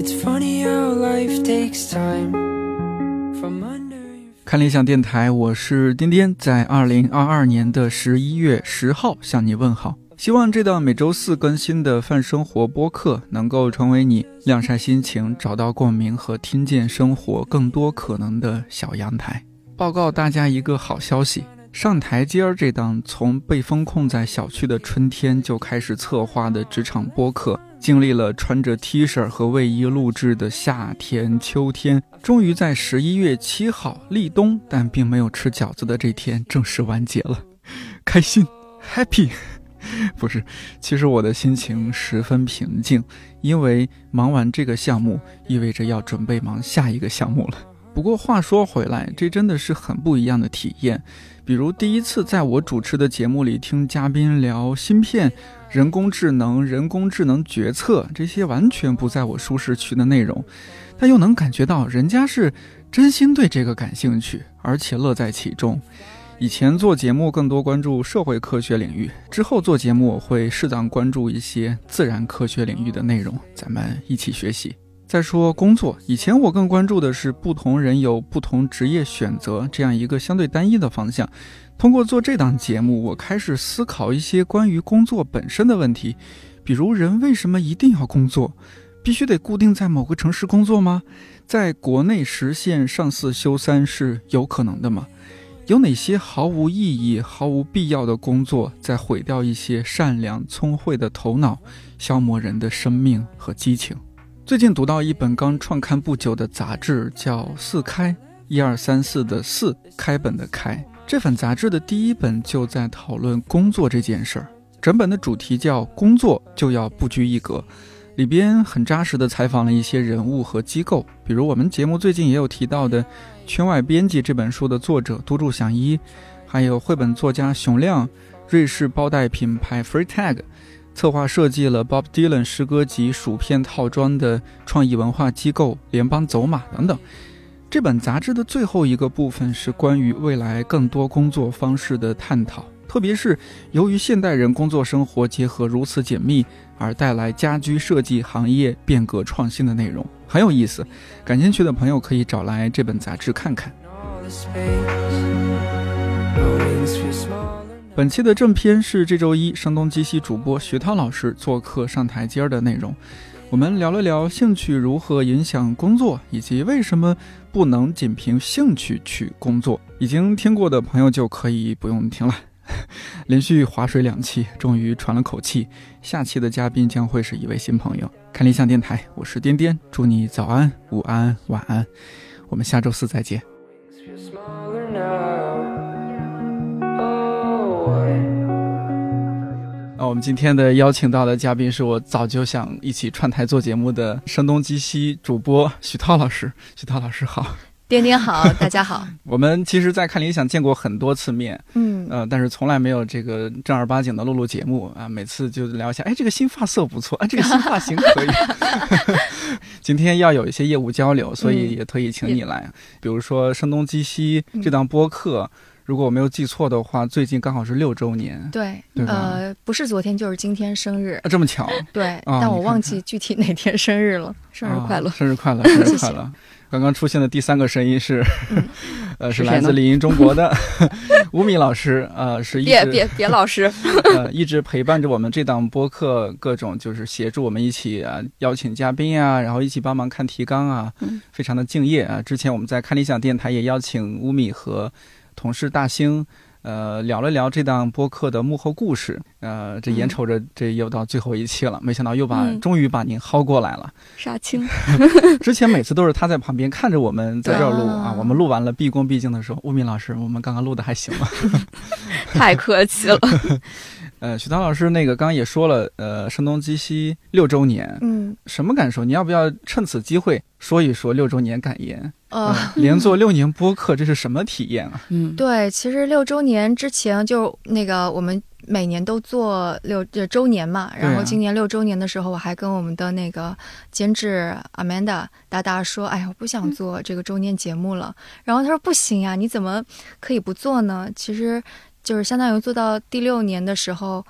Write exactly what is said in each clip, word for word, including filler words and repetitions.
It's funny how life takes time from under。 看理想电台，我是颠颠，在二零二二年的十一月十号向你问好。希望这档每周四更新的泛生活播客能够成为你晾晒心情、找到共鸣和听见生活更多可能的小阳台。报告大家一个好消息，上台阶儿这档从被封控在小区的春天就开始策划的职场播客，经历了穿着 T 恤和卫衣录制的夏天秋天，终于在十一月七号立冬但并没有吃饺子的这天正式完结了。开心 happy 不是，其实我的心情十分平静，因为忙完这个项目意味着要准备忙下一个项目了。不过话说回来，这真的是很不一样的体验。比如第一次在我主持的节目里听嘉宾聊芯片、人工智能、人工智能决策，这些完全不在我舒适区的内容，但又能感觉到人家是真心对这个感兴趣，而且乐在其中。以前做节目更多关注社会科学领域，之后做节目我会适当关注一些自然科学领域的内容，咱们一起学习。再说工作，以前我更关注的是不同人有不同职业选择这样一个相对单一的方向。通过做这档节目，我开始思考一些关于工作本身的问题，比如人为什么一定要工作？必须得固定在某个城市工作吗？在国内实现上四休三是有可能的吗？有哪些毫无意义、毫无必要的工作在毁掉一些善良聪慧的头脑，消磨人的生命和激情？最近读到一本刚创刊不久的杂志，叫四开，一二三四的四，开本的开。这本杂志的第一本就在讨论工作这件事儿，整本的主题叫工作就要不拘一格，里边很扎实地采访了一些人物和机构，比如我们节目最近也有提到的《圈外编辑》这本书的作者都筑响一，还有绘本作家熊亮，瑞士包袋品牌 Freetag， 策划设计了 Bob Dylan 诗歌集薯片套装的创意文化机构联邦走马等等。这本杂志的最后一个部分是关于未来更多工作方式的探讨，特别是由于现代人工作生活结合如此紧密，而带来家居设计行业变革创新的内容，很有意思。感兴趣的朋友可以找来这本杂志看看。本期的正片是这周一声东击西主播徐涛老师做客上台阶的内容。我们聊了聊兴趣如何影响工作，以及为什么不能仅凭兴趣去工作。已经听过的朋友就可以不用听了。连续划水两期，终于喘了口气。下期的嘉宾将会是一位新朋友。看理想电台，我是颠颠，祝你早安、午安、晚安。我们下周四再见。我们今天的邀请到的嘉宾是我早就想一起串台做节目的声东击西主播徐涛老师。徐涛老师好。 颠颠好，大家好。 我们其实在看理想见过很多次面，嗯，呃，但是从来没有这个正儿八经的录录节目啊。每次就聊一下，哎，这个新发色不错，哎，这个新发型可以。今天要有一些业务交流，所以也特意请你来。嗯、比如说声东击西这档播客。嗯，如果我没有记错的话，最近刚好是六周年。 对，对呃，不是昨天就是今天生日。 啊，这么巧？ 对， 啊、 但我忘记具体哪天生日了。生日快乐！ 啊、生日快乐！生日快乐！刚刚出现的第三个声音是，嗯、呃，是来自理应中国的吴敏老师，呃，是一直别别别老师， 呃，一直陪伴着我们这档播客，各种就是协助我们一起啊，邀请嘉宾啊，然后一起帮忙看提纲啊，嗯、非常的敬业啊。之前我们在看理想电台也邀请吴敏和同事大兴，呃，聊了聊这档播客的幕后故事，呃，这眼瞅着这又到最后一期了，嗯、没想到又把、嗯、终于把您薅过来了。 杀青。 之前每次都是他在旁边看着我们在这儿录啊，我们录完了毕恭毕敬的说：“吴敏老师，我们刚刚录的还行吗？” 太客气了。 呃，徐涛老师那个刚刚也说了，呃，声东击西六周年，嗯，什么感受？你要不要趁此机会说一说六周年感言？呃，嗯、连做六年播客，这是什么体验啊？ 嗯，对，其实六周年之前就那个我们每年都做六周年嘛，然后今年六周年的时候，我还跟我们的那个监制 Amanda 大大说：“哎呀，我不想做这个周年节目了。”然后他说：“不行呀，你怎么可以不做呢？”其实。就是相当于做到第六年的时候，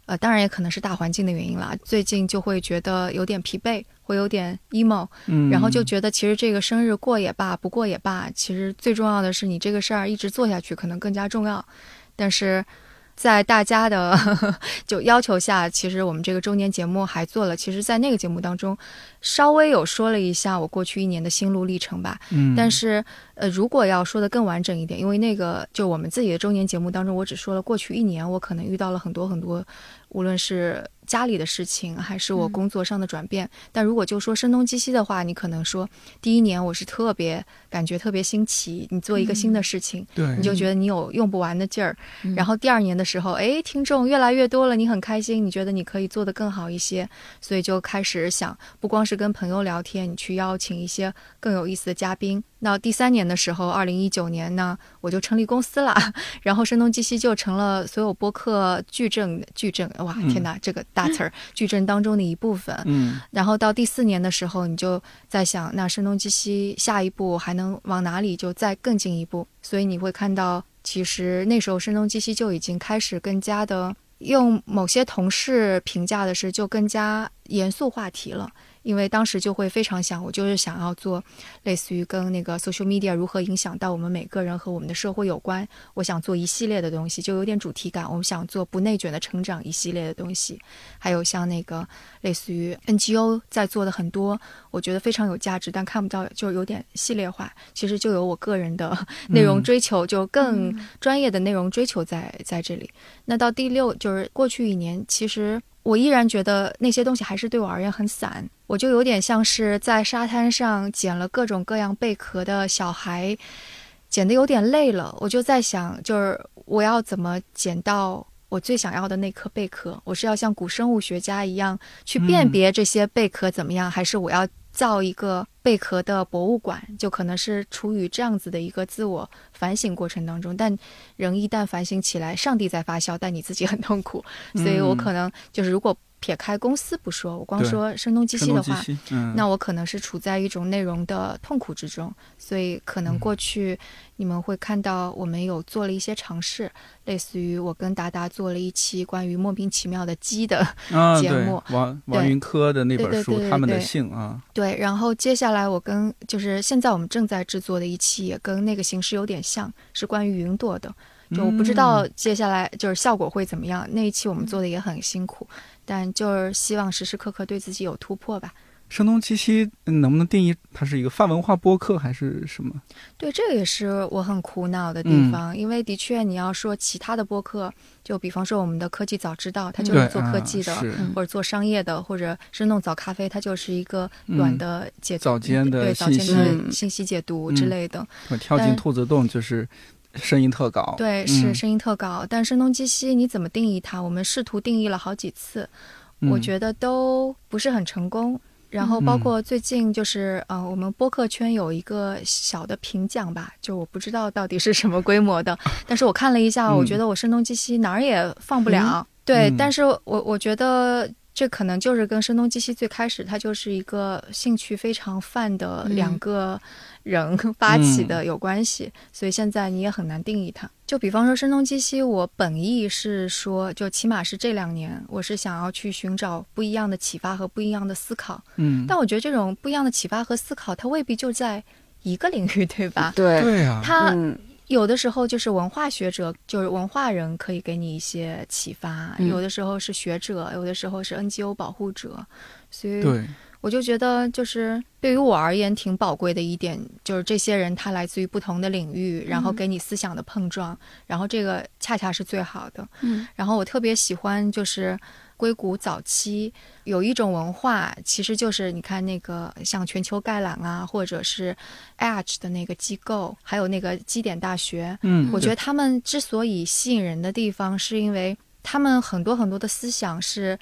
呃，当然也可能是大环境的原因啦，最近就会觉得有点疲惫，会有点 emo， 嗯， 然后就觉得其实这个生日过也罢，不过也罢，其实最重要的是你这个事儿一直做下去可能更加重要。但是在大家的呵呵就要求下，其实我们这个周年节目还做了，其实在那个节目当中稍微有说了一下我过去一年的心路历程吧。 嗯， 但是呃，如果要说的更完整一点，因为那个就我们自己的周年节目当中，我只说了过去一年我可能遇到了很多很多，无论是家里的事情还是我工作上的转变、嗯、但如果就说声东击西的话，你可能说第一年我是特别感觉特别新奇，你做一个新的事情、嗯、对，你就觉得你有用不完的劲儿、嗯、然后第二年的时候，哎，听众越来越多了，你很开心，你觉得你可以做得更好一些，所以就开始想不光是跟朋友聊天，你去邀请一些更有意思的嘉宾。那第三年的时候，二零一九年呢，我就成立公司了，然后声东击西就成了所有播客矩阵矩阵，哇，天哪，嗯、这个大词儿，矩阵当中的一部分。嗯，然后到第四年的时候，你就在想，那声东击西下一步还能往哪里就再更进一步？所以你会看到，其实那时候声东击西就已经开始更加的，用某些同事评价的是，就更加严肃话题了。因为当时就会非常想，我就是想要做类似于跟那个 social media 如何影响到我们每个人和我们的社会有关，我想做一系列的东西，就有点主题感，我们想做不内卷的成长一系列的东西，还有像那个类似于 N G O 在做的很多我觉得非常有价值但看不到，就有点系列化，其实就有我个人的内容追求、嗯、就更专业的内容追求在在这里。那到第六就是过去一年，其实我依然觉得那些东西还是对我而言很散，我就有点像是在沙滩上捡了各种各样贝壳的小孩，捡得有点累了，我就在想，就是我要怎么捡到我最想要的那颗贝壳，我是要像古生物学家一样去辨别这些贝壳怎么样、嗯、还是我要造一个贝壳的博物馆，就可能是处于这样子的一个自我反省过程当中，但人一旦反省起来，上帝在发酵，但你自己很痛苦，所以我可能就是如果撇开公司不说，我光说声东击西的话、嗯、那我可能是处在一种内容的痛苦之中，所以可能过去你们会看到我们有做了一些尝试、嗯、类似于我跟达达做了一期关于莫名其妙的鸡的节目、啊、 王王云科的那本书，对对对对对，他们的姓啊， 对，然后接下来我跟就是现在我们正在制作的一期也跟那个形式有点像，是关于云朵的，就我不知道接下来就是效果会怎么样、嗯、那一期我们做的也很辛苦，但就是希望时时刻刻对自己有突破吧。 声东击西能不能定义它是一个泛文化播客还是什么？ 对，这个也是我很苦恼的地方、嗯、因为的确你要说其他的播客，就比方说我们的科技早知道它就是做科技的、啊、或者做商业的，或者生动早咖啡它就是一个软的解、嗯、 早间的信息，对，早间的信息解读之类的、 嗯、跳进兔子洞就是声音特高， 对，是声音特高、嗯、但声东击西你怎么定义它，我们试图定义了好几次、嗯、我觉得都不是很成功。然后包括最近就是、嗯、呃，我们播客圈有一个小的评奖吧，就我不知道到底是什么规模的，但是我看了一下、嗯、我觉得我声东击西哪儿也放不了、嗯、对、嗯、但是我我觉得这可能就是跟声东击西最开始它就是一个兴趣非常泛的两个人发起的有关系、嗯、所以现在你也很难定义它。就比方说声东击西，我本意是说就起码是这两年我是想要去寻找不一样的启发和不一样的思考，嗯，但我觉得这种不一样的启发和思考它未必就在一个领域，对吧？ 对对啊， 它有的时候就是文化学者，就是文化人可以给你一些启发、嗯、有的时候是学者，有的时候是 N G O 保护者，所以对我就觉得就是对于我而言挺宝贵的一点，就是这些人他来自于不同的领域，然后给你思想的碰撞、嗯、然后这个恰恰是最好的。嗯，然后我特别喜欢就是硅谷早期有一种文化，其实就是你看那个像全球概览啊，或者是 Edge 的那个机构，还有那个基点大学，嗯，我觉得他们之所以吸引人的地方是因为他们很多很多的思想是不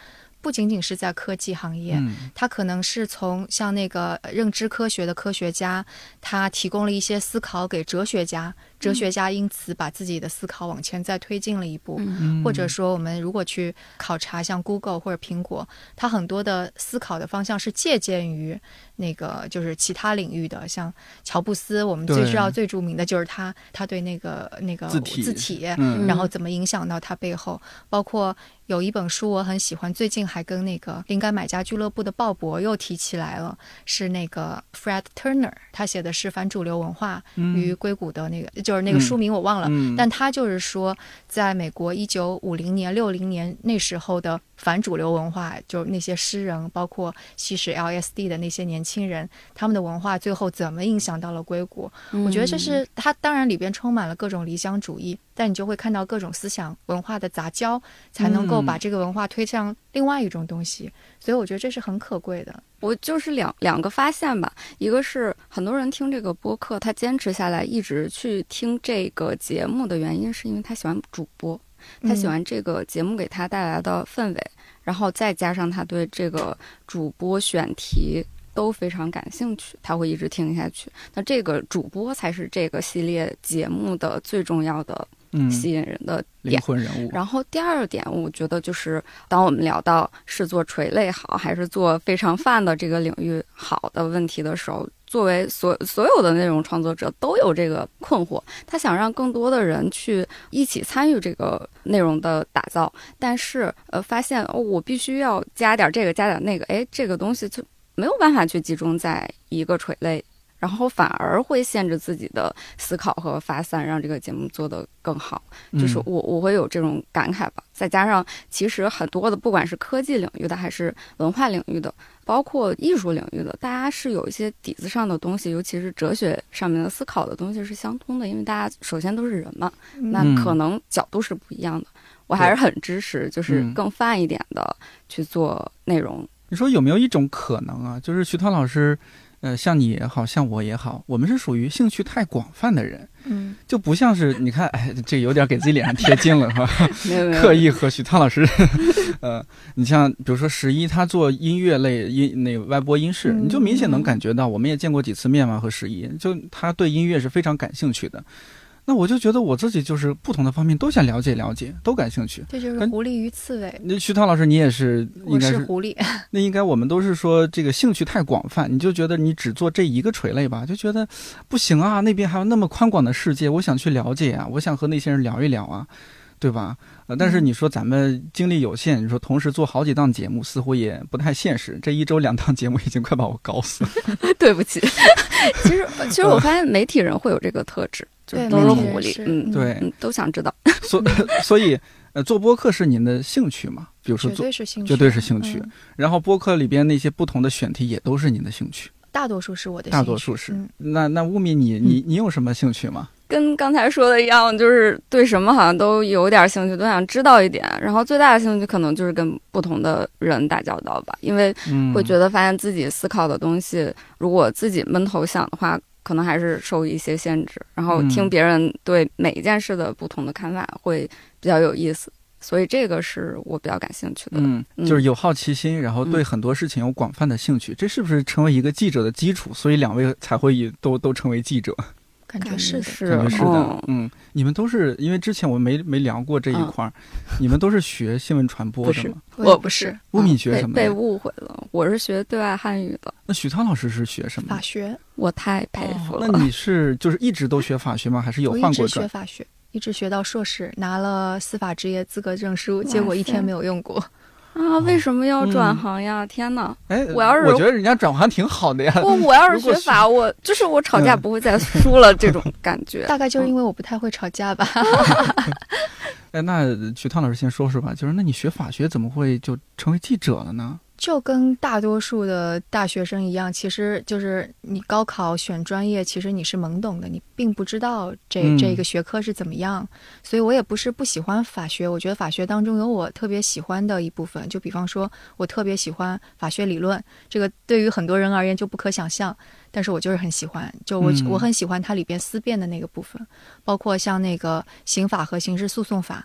不仅仅是在科技行业， 嗯， 它可能是从像那个认知科学的科学家，他提供了一些思考给哲学家，哲学家因此把自己的思考往前再推进了一步。 嗯或者说我们如果去考察像 Google 或者苹果，它很多的思考的方向是借鉴于那个就是其他领域的，像乔布斯，我们最知道最著名的就是他他对那个那个字体字体、 嗯、 然后怎么影响到他背后，包括有一本书我很喜欢，最近还跟那个灵感买家俱乐部的鲍勃又提起来了，是那个 Fred Turner， 他写的是反主流文化与硅谷的那个、嗯、就是那个书名我忘了、嗯、但他就是说在美国一九五零年六零年那时候的反主流文化，就是那些诗人包括吸食 L S D 的那些年轻人，他们的文化最后怎么影响到了硅谷、嗯、我觉得这是他当然里边充满了各种理想主义，但你就会看到各种思想文化的杂交，才能够把这个文化推向另外一种东西、嗯、所以我觉得这是很可贵的。 我就是两两个发现吧，一个是很多人听这个播客，他坚持下来一直去听这个节目的原因是因为他喜欢主播，他喜欢这个节目给他带来的氛围、嗯、然后再加上他对这个主播选题都非常感兴趣，他会一直听下去。那这个主播才是这个系列节目的最重要的吸引人的点、嗯、 灵魂人物。 然后第二点我觉得就是当我们聊到是做垂类好还是做非常泛的这个领域好的问题的时候，作为所所有的内容创作者都有这个困惑，他想让更多的人去一起参与这个内容的打造，但是呃发现哦我必须要加点这个加点那个，哎这个东西就没有办法去集中在一个垂类，然后反而会限制自己的思考和发散，让这个节目做得更好。就是我我会有这种感慨吧。再加上其实很多的不管是科技领域的还是文化领域的包括艺术领域的，大家是有一些底子上的东西，尤其是哲学上面的思考的东西是相通的，因为大家首先都是人嘛，那可能角度是不一样的。我还是很支持就是更泛一点的去做内容。 你说有没有一种可能啊，就是徐涛老师呃，像你也好像我也好，我们是属于兴趣太广泛的人， 嗯， 就不像是你看，哎，这有点给自己脸上贴金了，是吧？刻意和徐涛老师，呃，你像比如说十一，他做音乐类音那个歪播音室，你就明显能感觉到，我们也见过几次面嘛，和十一，就他对音乐是非常感兴趣的。那我就觉得我自己就是不同的方面都想了解了解，都感兴趣。 这就是狐狸与刺猬。 那徐涛老师你也是，应该是我是狐狸。 那应该我们都是说这个兴趣太广泛，你就觉得你只做这一个垂类吧，就觉得不行啊，那边还有那么宽广的世界，我想去了解啊，我想和那些人聊一聊啊，对吧？呃，但是你说咱们精力有限，你说同时做好几档节目，似乎也不太现实。这一周两档节目已经快把我搞死了。 对不起，其实其实我发现媒体人会有这个特质，就是都是狐狸，嗯， 对、 嗯，都想知道。 所所以呃，做播客是您的兴趣吗？比如说做， 绝对是兴趣， 绝对是兴趣。 嗯、 然后播客里边那些不同的选题也都是您的兴趣。 大多数是我的兴趣， 大多数是。 嗯、 那那乌米你你你有什么兴趣吗？ 跟刚才说的一样，就是对什么好像都有点兴趣，都想知道一点。然后最大的兴趣可能就是跟不同的人打交道吧，因为会觉得发现自己思考的东西，如果自己闷头想的话，可能还是受一些限制。然后听别人对每一件事的不同的看法，会比较有意思。所以这个是我比较感兴趣的。 嗯，就是有好奇心，然后对很多事情有广泛的兴趣，嗯、这是不是成为一个记者的基础？所以两位才会都都成为记者。 感觉是的， 是感觉是的， 哦、 嗯，你们都是因为之前我没没聊过这一块儿，嗯、你们都是学新闻传播的吗？ 我不是， 乌米学什么的？ 被误会了，我是学对外汉语的。 那许涛老师是学什么？ 法学。 我太佩服了。 哦、那你是就是一直都学法学吗？还是有换过专？ 我一直学法学，一直学到硕士，拿了司法职业资格证书，结果一天没有用过。 啊，为什么要转行呀？嗯、天哪！ 哎， 我要是我觉得人家转行挺好的呀。 我我要是学法，我就是我吵架不会再输了这种感觉。 大概就是因为我不太会吵架吧。 哎，那许涛老师先说说吧，就是那你学法学怎么会就成为记者了呢？ 就跟大多数的大学生一样，其实就是你高考选专业，其实你是懵懂的，你并不知道这、嗯、这个学科是怎么样。所以我也不是不喜欢法学，我觉得法学当中有我特别喜欢的一部分，就比方说我特别喜欢法学理论，这个对于很多人而言就不可想象，但是我就是很喜欢，就我、嗯、我很喜欢它里边思辨的那个部分，包括像那个刑法和刑事诉讼法。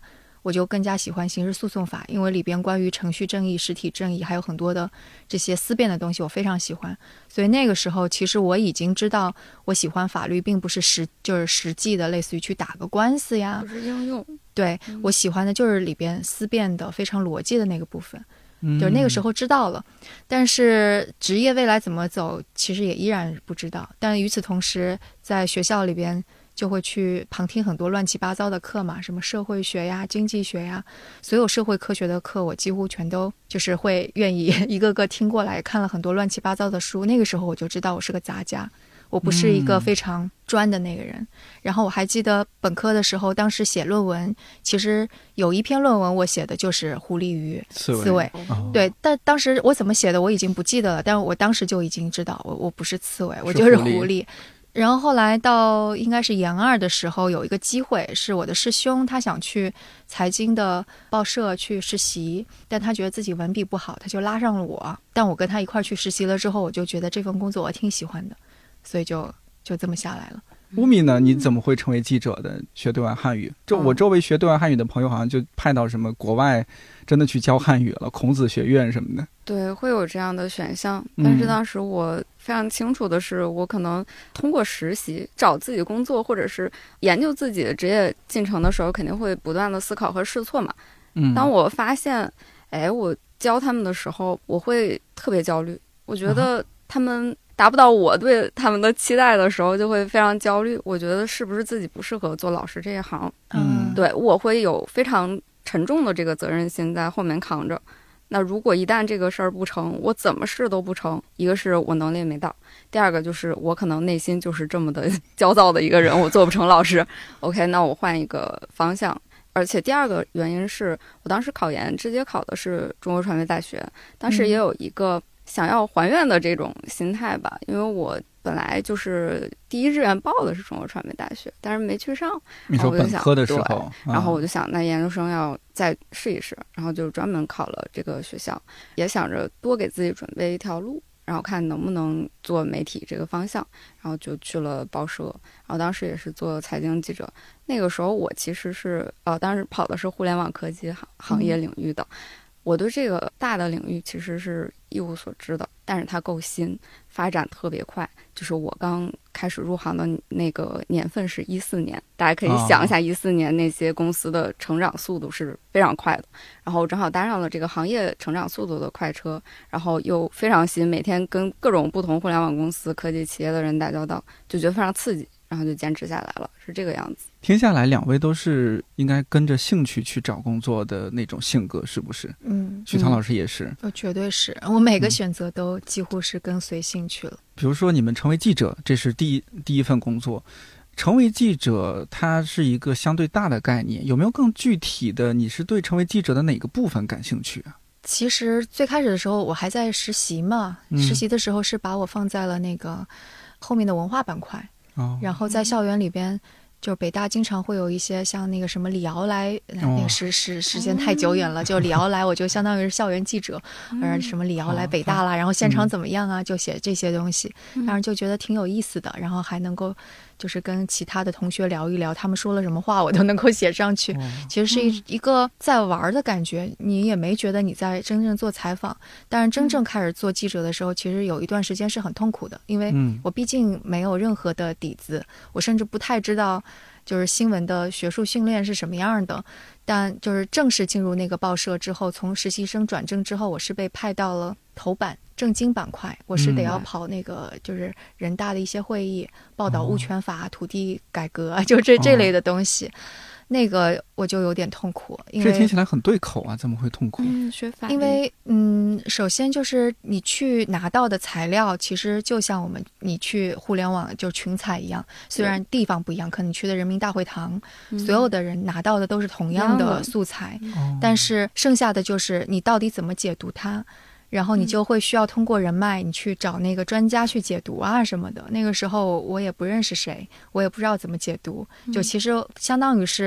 我就更加喜欢刑事诉讼法，因为里边关于程序正义、实体正义还有很多的这些思辨的东西我非常喜欢。所以那个时候其实我已经知道我喜欢法律并不是实就是实际的类似于去打个官司呀， 不是应用。 对、嗯、我喜欢的就是里边思辨的非常逻辑的那个部分，就是那个时候知道了，但是职业未来怎么走其实也依然不知道。但与此同时在学校里边就会去旁听很多乱七八糟的课嘛，什么社会学呀、经济学呀，所有社会科学的课我几乎全都就是会愿意一个个听过来，看了很多乱七八糟的书。那个时候我就知道我是个杂家，我不是一个非常专的那个人、嗯、然后我还记得本科的时候当时写论文，其实有一篇论文我写的就是狐狸与刺猬, 刺猬、哦、对，但当时我怎么写的我已经不记得了，但我当时就已经知道我我不是刺猬，我就是狐狸, 狐狸。然后后来到应该是研二的时候有一个机会，是我的师兄他想去财经的报社去实习，但他觉得自己文笔不好，他就拉上了我。但我跟他一块去实习了之后，我就觉得这份工作我挺喜欢的，所以就就这么下来了。 乌米呢？你怎么会成为记者的？学对外汉语，就我周围学对外汉语的朋友好像就派到什么国外真的去教汉语了，孔子学院什么的。 对，会有这样的选项，但是当时我非常清楚的是、嗯、我可能通过实习找自己工作或者是研究自己的职业进程的时候，肯定会不断的思考和试错嘛。嗯，当我发现哎我教他们的时候我会特别焦虑，我觉得他们达不到我对他们的期待的时候就会非常焦虑，我觉得是不是自己不适合做老师这一行。嗯，对，我会有非常沉重的这个责任心在后面扛着。那如果一旦这个事儿不成，我怎么试都不成，一个是我能力没到，第二个就是我可能内心就是这么的焦躁的一个人，我做不成老师。OK， 那我换一个方向。而且第二个原因是我当时考研直接考的是中国传媒大学，当时也有一个想要还愿的这种心态吧，因为我本来就是第一志愿报的是中国传媒大学，但是没去上。 你说本科的时候， 然后我就想那研究生要再试一试，然后就专门考了这个学校，也想着多给自己准备一条路，然后看能不能做媒体这个方向，然后就去了报社，然后当时也是做财经记者。那个时候我其实是呃，当时跑的是互联网科技行行业领域的、嗯，我对这个大的领域其实是一无所知的，但是它够新，发展特别快。就是我刚开始入行的那个年份是一四年，大家可以想一下一四年那些公司的成长速度是非常快的，然后正好搭上了这个行业成长速度的快车，然后又非常新，每天跟各种不同互联网公司科技企业的人打交道，就觉得非常刺激，然后就坚持下来了，是这个样子。 听下来两位都是应该跟着兴趣去找工作的那种性格，是不是？嗯，徐涛老师也是。 我、嗯、绝对是，我每个选择都几乎是跟随兴趣了、嗯、 比如说你们成为记者，这是第一第一份工作，成为记者它是一个相对大的概念，有没有更具体的你是对成为记者的哪个部分感兴趣啊？ 其实最开始的时候我还在实习嘛、嗯、实习的时候是把我放在了那个后面的文化板块、哦、然后在校园里边就北大经常会有一些像那个什么李敖来、哦、那个时时时间太久远了、嗯、就李敖来我就相当于是校园记者、嗯、呃什么李敖来北大啦、嗯、然后现场怎么样啊、嗯、就写这些东西，当然就觉得挺有意思的，然后还能够就是跟其他的同学聊一聊，他们说了什么话我都能够写上去、嗯、其实是一、嗯、一个在玩的感觉，你也没觉得你在真正做采访，但是真正开始做记者的时候、嗯、其实有一段时间是很痛苦的，因为我毕竟没有任何的底子，我甚至不太知道就是新闻的学术训练是什么样的，但就是正式进入那个报社之后，从实习生转正之后，我是被派到了头版正经板块，我是得要跑那个就是人大的一些会议，报道物权法、土地改革，就这这类的东西。那个我就有点痛苦，因为这听起来很对口啊，怎么会痛苦？ 嗯，学法律。 因为嗯，首先就是你去拿到的材料，其实就像我们你去互联网就群采一样，虽然地方不一样，可能你去的人民大会堂，所有的人拿到的都是同样的素材，嗯、但是剩下的就是你到底怎么解读它。然后你就会需要通过人脉，你去找那个专家去解读啊什么的。那个时候我也不认识谁，我也不知道怎么解读，就其实相当于是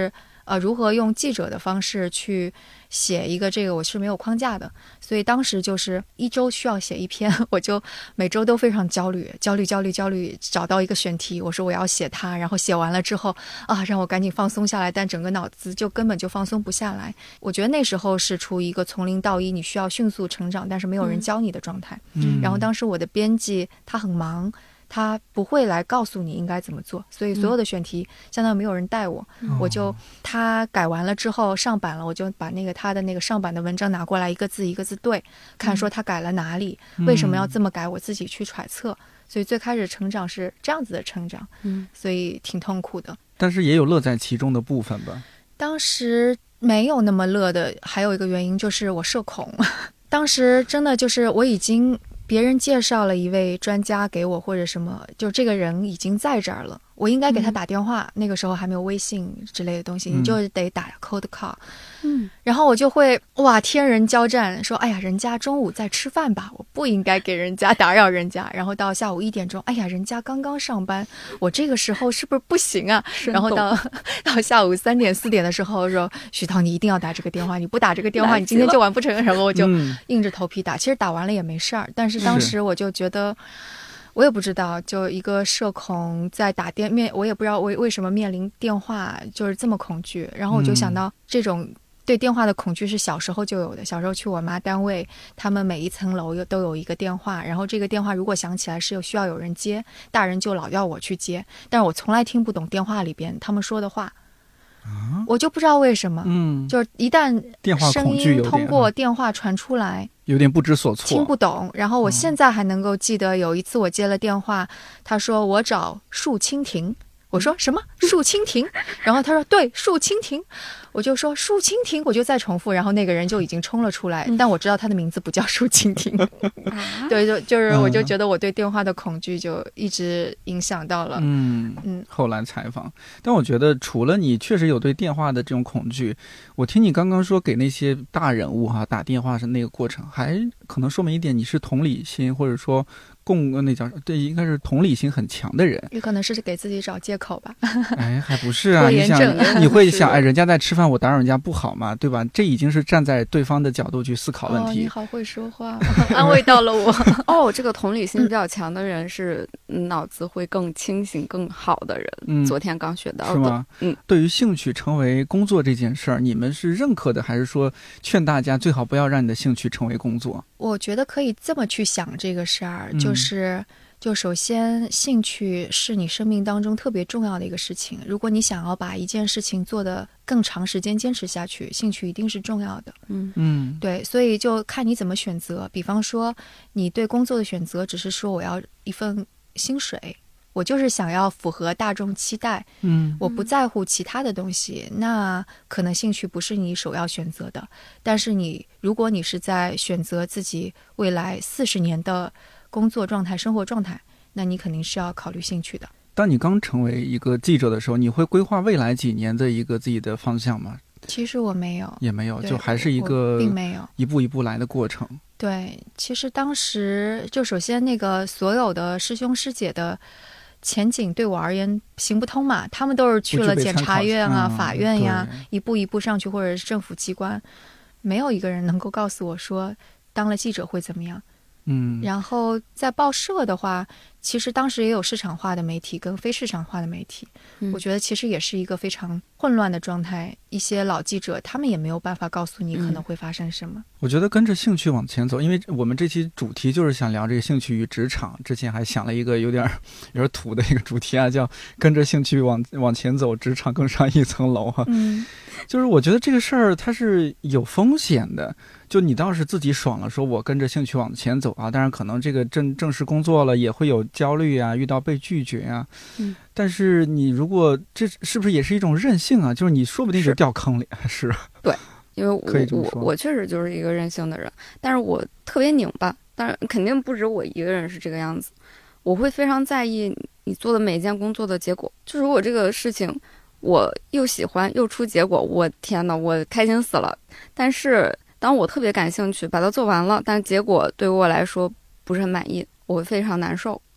呃，如何用记者的方式去写一个这个，我是没有框架的，所以当时就是一周需要写一篇，我就每周都非常焦虑，焦虑，焦虑，焦虑，找到一个选题，我说我要写它，然后写完了之后啊，让我赶紧放松下来，但整个脑子就根本就放松不下来。我觉得那时候是处于一个从零到一，你需要迅速成长，但是没有人教你的状态。 嗯， 然后当时我的编辑他很忙。他不会来告诉你应该怎么做，所以所有的选题相当于没有人带我、嗯、我就他改完了之后上版了，我就把那个他的那个上版的文章拿过来，一个字一个字对看，说他改了哪里、嗯、为什么要这么改，我自己去揣测。所以最开始成长是这样子的成长，嗯，所以挺痛苦的， 但是也有乐在其中的部分吧。 当时没有那么乐的，还有一个原因就是我社恐当时真的就是我已经别人介绍了一位专家给我或者什么，就这个人已经在这儿了，我应该给他打电话、嗯、那个时候还没有微信之类的东西、嗯、你就得打 cold call， 嗯，然后我就会哇天人交战，说哎呀人家中午在吃饭吧，我不应该给人家打扰人家，然后到下午一点钟，哎呀人家刚刚上班，我这个时候是不是不行啊，然后到到下午三点四点的时候说徐涛你一定要打这个电话，你不打这个电话你今天就完不成，然后我就硬着头皮打、嗯、其实打完了也没事儿，但是当时我就觉得我也不知道，就一个社恐在打电面，我也不知道为为什么面临电话就是这么恐惧。然后我就想到这种对电话的恐惧是小时候就有的，小时候去我妈单位，他们每一层楼都有一个电话，然后这个电话如果响起来是有需要有人接，大人就老要我去接，但是我从来听不懂电话里边他们说的话。啊、我就不知道为什么，嗯，就是一旦声音通过电话传出来， 有点不知所措， 听不懂。然后我现在还能够记得有一次我接了电话，他说我找树蜻蜓，我说什么树蜻蜓？然后他说对，树蜻蜓。我就说树蜻蜓，我就再重复，然后那个人就已经冲了出来，嗯、但我知道他的名字不叫树蜻蜓。对，就就是我就觉得我对电话的恐惧就一直影响到了。 嗯嗯。后来采访，但我觉得除了你确实有对电话的这种恐惧，我听你刚刚说给那些大人物哈、啊、打电话是那个过程，还可能说明一点，你是同理心或者说共那叫对，应该是同理心很强的人。 也可能是给自己找借口吧。 哎，还不是啊？你想，你会想，哎，人家在吃饭，我打扰人家不好吗？对吧？这已经是站在对方的角度去思考问题。 哦，你好会说话，安慰到了我。 哦，这个同理心比较强的人是脑子会更清醒、更好的人。嗯，昨天刚学到的。 是吗？嗯，对于兴趣成为工作这件事儿，你们是认可的，还是说劝大家最好不要让你的兴趣成为工作？ 我觉得可以这么去想这个事儿，就是。嗯就首先兴趣是你生命当中特别重要的一个事情，如果你想要把一件事情做得更长时间坚持下去，兴趣一定是重要的。嗯嗯，对，所以就看你怎么选择。比方说你对工作的选择只是说我要一份薪水，我就是想要符合大众期待，嗯，我不在乎其他的东西，那可能兴趣不是你首要选择的。但是你如果你是在选择自己未来四十年的工作状态、生活状态，那你肯定是要考虑兴趣的。 当你刚成为一个记者的时候，你会规划未来几年的一个自己的方向吗？ 其实我没有， 也没有，就还是一个并没有一步一步来的过程。 对，其实当时就首先那个所有的师兄师姐的前景对我而言行不通嘛，他们都是去了检察院啊、嗯、法院呀，一步一步上去，或者是政府机关，没有一个人能够告诉我说当了记者会怎么样。嗯，然后在报社的话，其实当时也有市场化的媒体跟非市场化的媒体，嗯、我觉得其实也是一个非常混乱的状态。一些老记者他们也没有办法告诉你可能会发生什么。嗯、 我觉得跟着兴趣往前走，因为我们这期主题就是想聊这个兴趣与职场。之前还想了一个有点有点土的一个主题啊，叫跟着兴趣往往前走，职场更上一层楼哈。嗯，就是我觉得这个事儿它是有风险的。就你倒是自己爽了，说我跟着兴趣往前走啊，当然可能这个正正式工作了也会有焦虑啊，遇到被拒绝啊。嗯，但是你如果这是不是也是一种任性啊？就是你说不定就掉坑里。是, 是对，因为我我我确实就是一个任性的人，但是我特别拧巴，当然肯定不止我一个人是这个样子。我会非常在意你做的每一件工作的结果，就如果这个事情我又喜欢又出结果，我天哪，我开心死了。但是当我特别感兴趣把它做完了，但结果对我来说不是很满意，我会非常难受。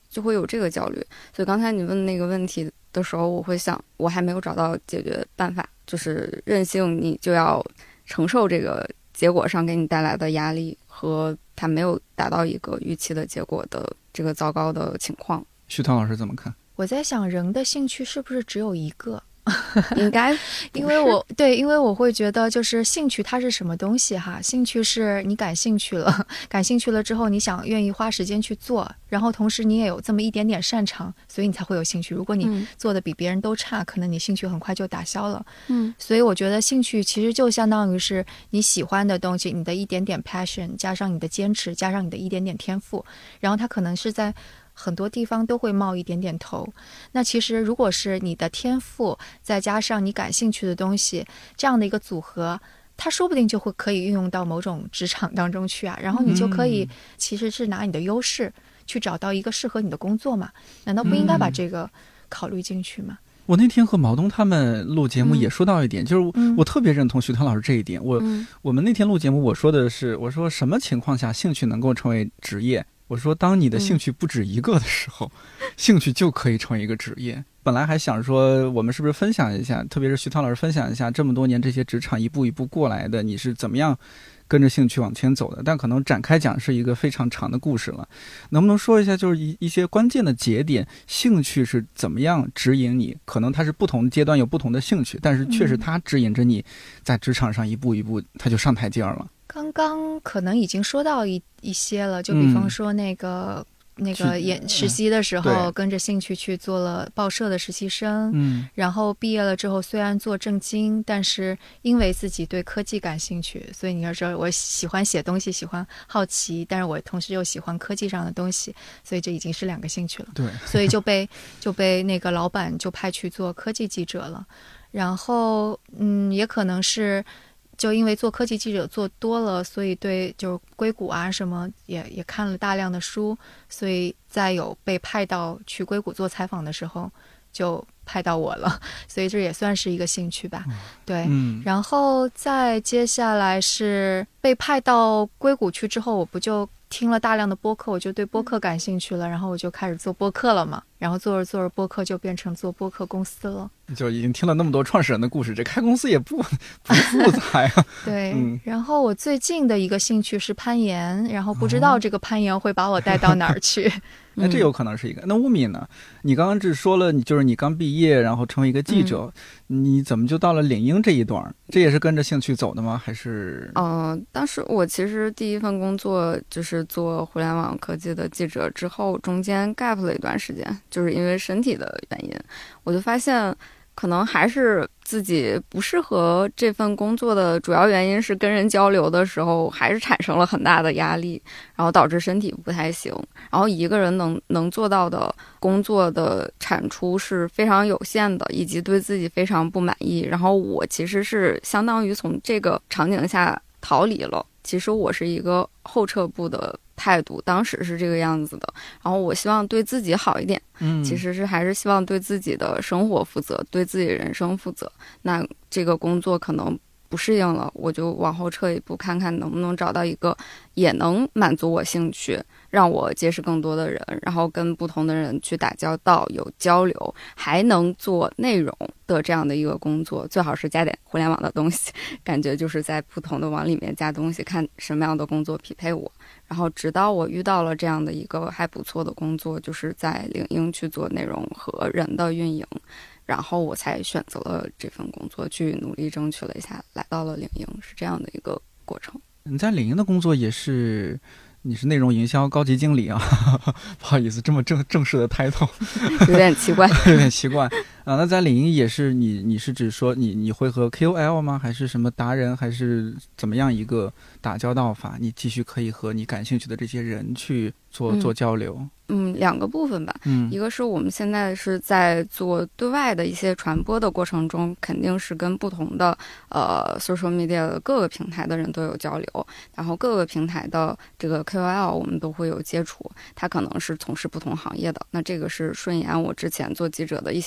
就会有这个焦虑。所以刚才你问那个问题的时候，我会想，我还没有找到解决办法，就是任性，你就要承受这个结果上给你带来的压力和它没有达到一个预期的结果的这个糟糕的情况。 徐涛老师怎么看？ 我在想，人的兴趣是不是只有一个？ 应该因为我对，因为我会觉得就是兴趣它是什么东西哈？兴趣是你感兴趣了，感兴趣了之后，你想愿意花时间去做，然后同时你也有这么一点点擅长，所以你才会有兴趣。如果你做的比别人都差，嗯、可能你兴趣很快就打消了。嗯，所以我觉得兴趣其实就相当于是你喜欢的东西，你的一点点 passion 加上你的坚持，加上你的一点点天赋，然后它可能是在很多地方都会冒一点点头。那其实如果是你的天赋再加上你感兴趣的东西，这样的一个组合，它说不定就会可以运用到某种职场当中去啊，然后你就可以其实是拿你的优势去找到一个适合你的工作嘛，难道不应该把这个考虑进去吗？ 我那天和毛东他们录节目也说到一点、嗯、就是我特别认同徐涛老师这一点。我、嗯、我们那天录节目我说的是，我说什么情况下兴趣能够成为职业，我说当你的兴趣不止一个的时候、嗯、兴趣就可以成为一个职业。本来还想说我们是不是分享一下，特别是徐涛老师分享一下这么多年这些职场一步一步过来的，你是怎么样跟着兴趣往前走的，但可能展开讲是一个非常长的故事了。能不能说一下就是一一些关键的节点，兴趣是怎么样指引你，可能它是不同阶段有不同的兴趣，但是确实它指引着你在职场上一步一步它就上台阶了。 刚刚可能已经说到一一些了，就比方说那个、嗯、那个演实习的时候、嗯、跟着兴趣去做了报社的实习生，嗯，然后毕业了之后虽然做正经，但是因为自己对科技感兴趣，所以你要说我喜欢写东西，喜欢好奇，但是我同时又喜欢科技上的东西，所以这已经是两个兴趣了。 对， 所以就被就被那个老板就派去做科技记者了。然后嗯，也可能是就因为做科技记者做多了，所以对就是硅谷啊什么也也看了大量的书，所以在有被派到去硅谷做采访的时候就派到我了，所以这也算是一个兴趣吧。对、嗯、然后再接下来是被派到硅谷去之后，我不就听了大量的播客，我就对播客感兴趣了，然后我就开始做播客了嘛，然后做着做着播客就变成做播客公司了。 就已经听了那么多创始人的故事，这开公司也不不复杂呀。 对、嗯，然后我最近的一个兴趣是攀岩，然后不知道这个攀岩会把我带到哪儿去。 哎，这有可能是一个。那乌米呢？你刚刚只说了，你就是你刚毕业，然后成为一个记者、嗯，你怎么就到了领英这一段？这也是跟着兴趣走的吗？还是？ 嗯、呃，当时我其实第一份工作就是做互联网科技的记者，之后中间 gap 了一段时间，就是因为身体的原因，我就发现可能还是自己不适合这份工作的主要原因是跟人交流的时候还是产生了很大的压力，然后导致身体不太行，然后一个人能能做到的工作的产出是非常有限的，以及对自己非常不满意，然后我其实是相当于从这个场景下逃离了，其实我是一个后撤步的态度，当时是这个样子的，然后我希望对自己好一点，嗯，其实是还是希望对自己的生活负责，对自己人生负责，那这个工作可能不适应了，我就往后撤一步，看看能不能找到一个也能满足我兴趣，让我结识更多的人，然后跟不同的人去打交道，有交流，还能做内容的这样的一个工作，最好是加点互联网的东西，感觉就是在不同的往里面加东西，看什么样的工作匹配我。然后直到我遇到了这样的一个还不错的工作，就是在领英去做内容和人的运营，然后我才选择了这份工作，去努力争取了一下，来到了领英，是这样的一个过程。 你在领英的工作也是，你是内容营销高级经理啊？不好意思，这么正正式的 title 有点奇怪， 有点奇怪啊。那在领英也是你，你是指说你你会和 K O L 吗？还是什么达人？还是怎么样一个打交道法？你继续可以和你感兴趣的这些人去做、嗯、做交流？ 嗯，两个部分吧。嗯，一个是我们现在是在做对外的一些传播的过程中，肯定是跟不同的呃 social media 的各个平台的人都有交流，然后各个平台的这个 K O L 我们都会有接触，他可能是从事不同行业的，那这个是顺延我之前做记者的一些经验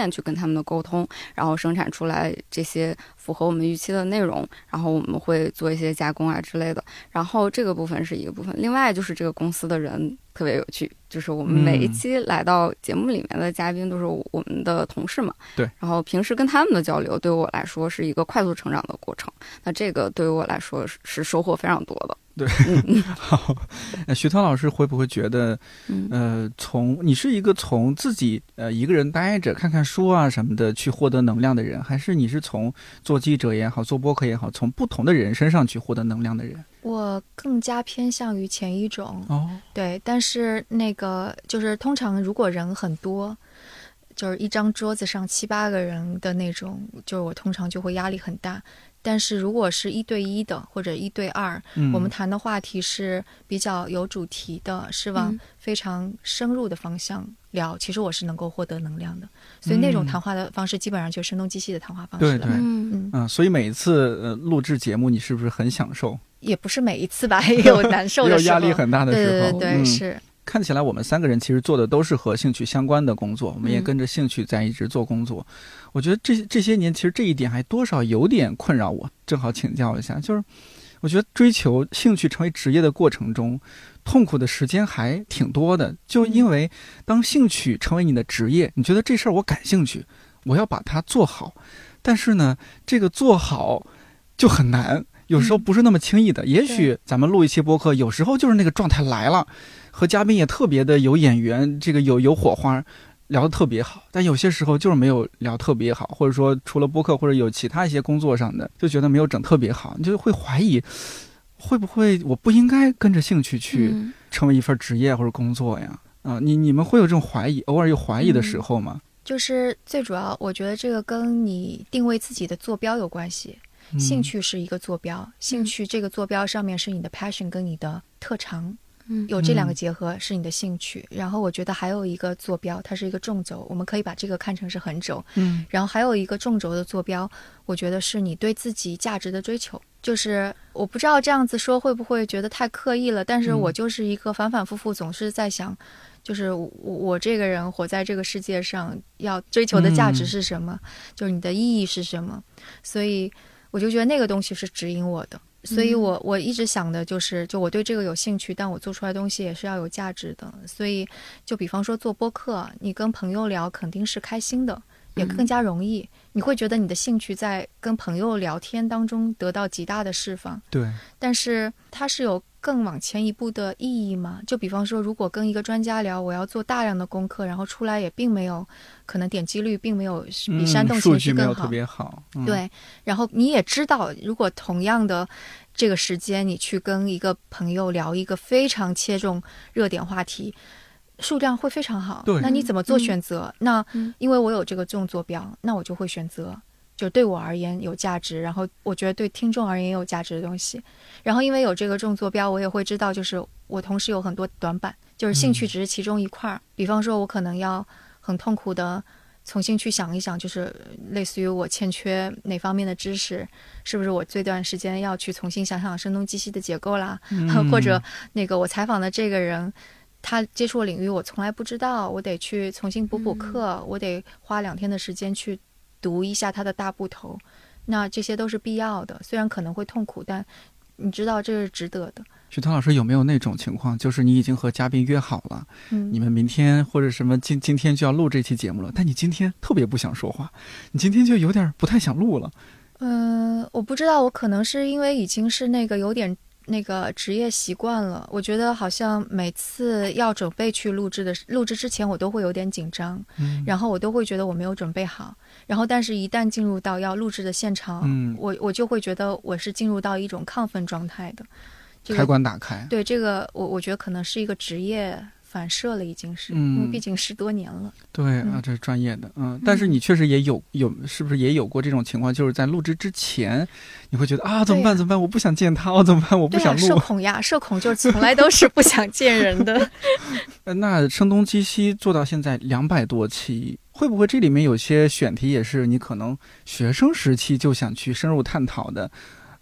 面去跟他们的沟通，然后生产出来这些符合我们预期的内容，然后我们会做一些加工啊之类的。然后这个部分是一个部分，另外就是这个公司的人特别有趣，就是我们每一期来到节目里面的嘉宾都是我们的同事嘛， 对， 然后平时跟他们的交流对于我来说是一个快速成长的过程，那这个对于我来说是是收获非常多的。 对，好，那徐涛老师会不会觉得，呃，从你是一个从自己呃一个人待着看看书啊什么的去获得能量的人，还是你是从做记者也好，做播客也好，从不同的人身上去获得能量的人？ 我更加偏向于前一种， 哦， 对，但是那个就是通常如果人很多，就是一张桌子上七八个人的那种，就是我通常就会压力很大。但是如果是一对一的或者一对二、嗯、我们谈的话题是比较有主题的，是往非常深入的方向聊、嗯、其实我是能够获得能量的，所以那种谈话的方式基本上就是声东击西的谈话方式了。 对对，嗯嗯，所以每一次呃录制节目你是不是很享受？ 也不是每一次吧，也有难受的时候， 也有压力很大的时候。 对对对、 嗯、 是。 看起来我们三个人其实做的都是和兴趣相关的工作，我们也跟着兴趣在一直做工作、嗯、我觉得这这些年其实这一点还多少有点困扰我，正好请教一下，就是我觉得追求兴趣成为职业的过程中痛苦的时间还挺多的，就因为当兴趣成为你的职业，你觉得这事儿我感兴趣，我要把它做好，但是呢这个做好就很难，有时候不是那么轻易的、嗯、也许咱们录一期播客有时候就是那个状态来了，和嘉宾也特别的有眼缘，这个有有火花，聊得特别好，但有些时候就是没有聊特别好，或者说除了播客或者有其他一些工作上的就觉得没有整特别好，你就会怀疑会不会我不应该跟着兴趣去成为一份职业或者工作呀、嗯、啊，你你们会有这种怀疑，偶尔有怀疑的时候吗？ 嗯、就是最主要我觉得这个跟你定位自己的坐标有关系，兴趣是一个坐标、嗯、兴趣这个坐标上面是你的 passion 跟你的特长，有这两个结合是你的兴趣、嗯、然后我觉得还有一个坐标，它是一个纵轴，我们可以把这个看成是横轴，嗯，然后还有一个纵轴的坐标，我觉得是你对自己价值的追求，就是我不知道这样子说会不会觉得太刻意了，但是我就是一个反反复复总是在想，就是我我这个人活在这个世界上要追求的价值是什么、嗯、就是你的意义是什么，所以我就觉得那个东西是指引我的，所以我我一直想的就是就我对这个有兴趣，但我做出来的东西也是要有价值的，所以就比方说做播客，你跟朋友聊肯定是开心的，也更加容易、嗯、你会觉得你的兴趣在跟朋友聊天当中得到极大的释放，对，但是它是有更往前一步的意义吗？就比方说如果跟一个专家聊，我要做大量的功课，然后出来也并没有，可能点击率并没有比煽动情绪更好、嗯、数据没有特别好、嗯、对，然后你也知道如果同样的这个时间你去跟一个朋友聊一个非常切中热点话题，数量会非常好，对，那你怎么做选择、嗯、那因为我有这个纵坐标，那我就会选择就对我而言有价值，然后我觉得对听众而言也有价值的东西，然后因为有这个纵坐标，我也会知道就是我同时有很多短板，就是兴趣只是其中一块、嗯、比方说我可能要很痛苦的重新去想一想，就是类似于我欠缺哪方面的知识，是不是我这段时间要去重新想想声东击西的结构啦、嗯、或者那个我采访的这个人他接触的领域我从来不知道，我得去重新补补课、嗯、我得花两天的时间去读一下他的大部头，那这些都是必要的，虽然可能会痛苦，但你知道这是值得的。 徐涛老师有没有那种情况，就是你已经和嘉宾约好了、嗯、你们明天或者什么今今天就要录这期节目了，但你今天特别不想说话，你今天就有点不太想录了？ 嗯、呃，我不知道，我可能是因为已经是那个有点那个职业习惯了，我觉得好像每次要准备去录制的录制之前我都会有点紧张、嗯、然后我都会觉得我没有准备好，然后但是一旦进入到要录制的现场、嗯、我我就会觉得我是进入到一种亢奋状态的、这个、 开关打开， 对，这个我我觉得可能是一个职业反射了，已经是、嗯、因为毕竟十多年了。 对啊，这是专业的，嗯，但是你确实也有有，是不是也有过这种情况？就是在录制之前，你会觉得啊，怎么办？怎么办？我不想见他，我怎么办？我不想录。 社恐呀，社恐就是从来都是不想见人的。 那声东击西做到现在两百多期，会不会这里面有些选题也是你可能学生时期就想去深入探讨的？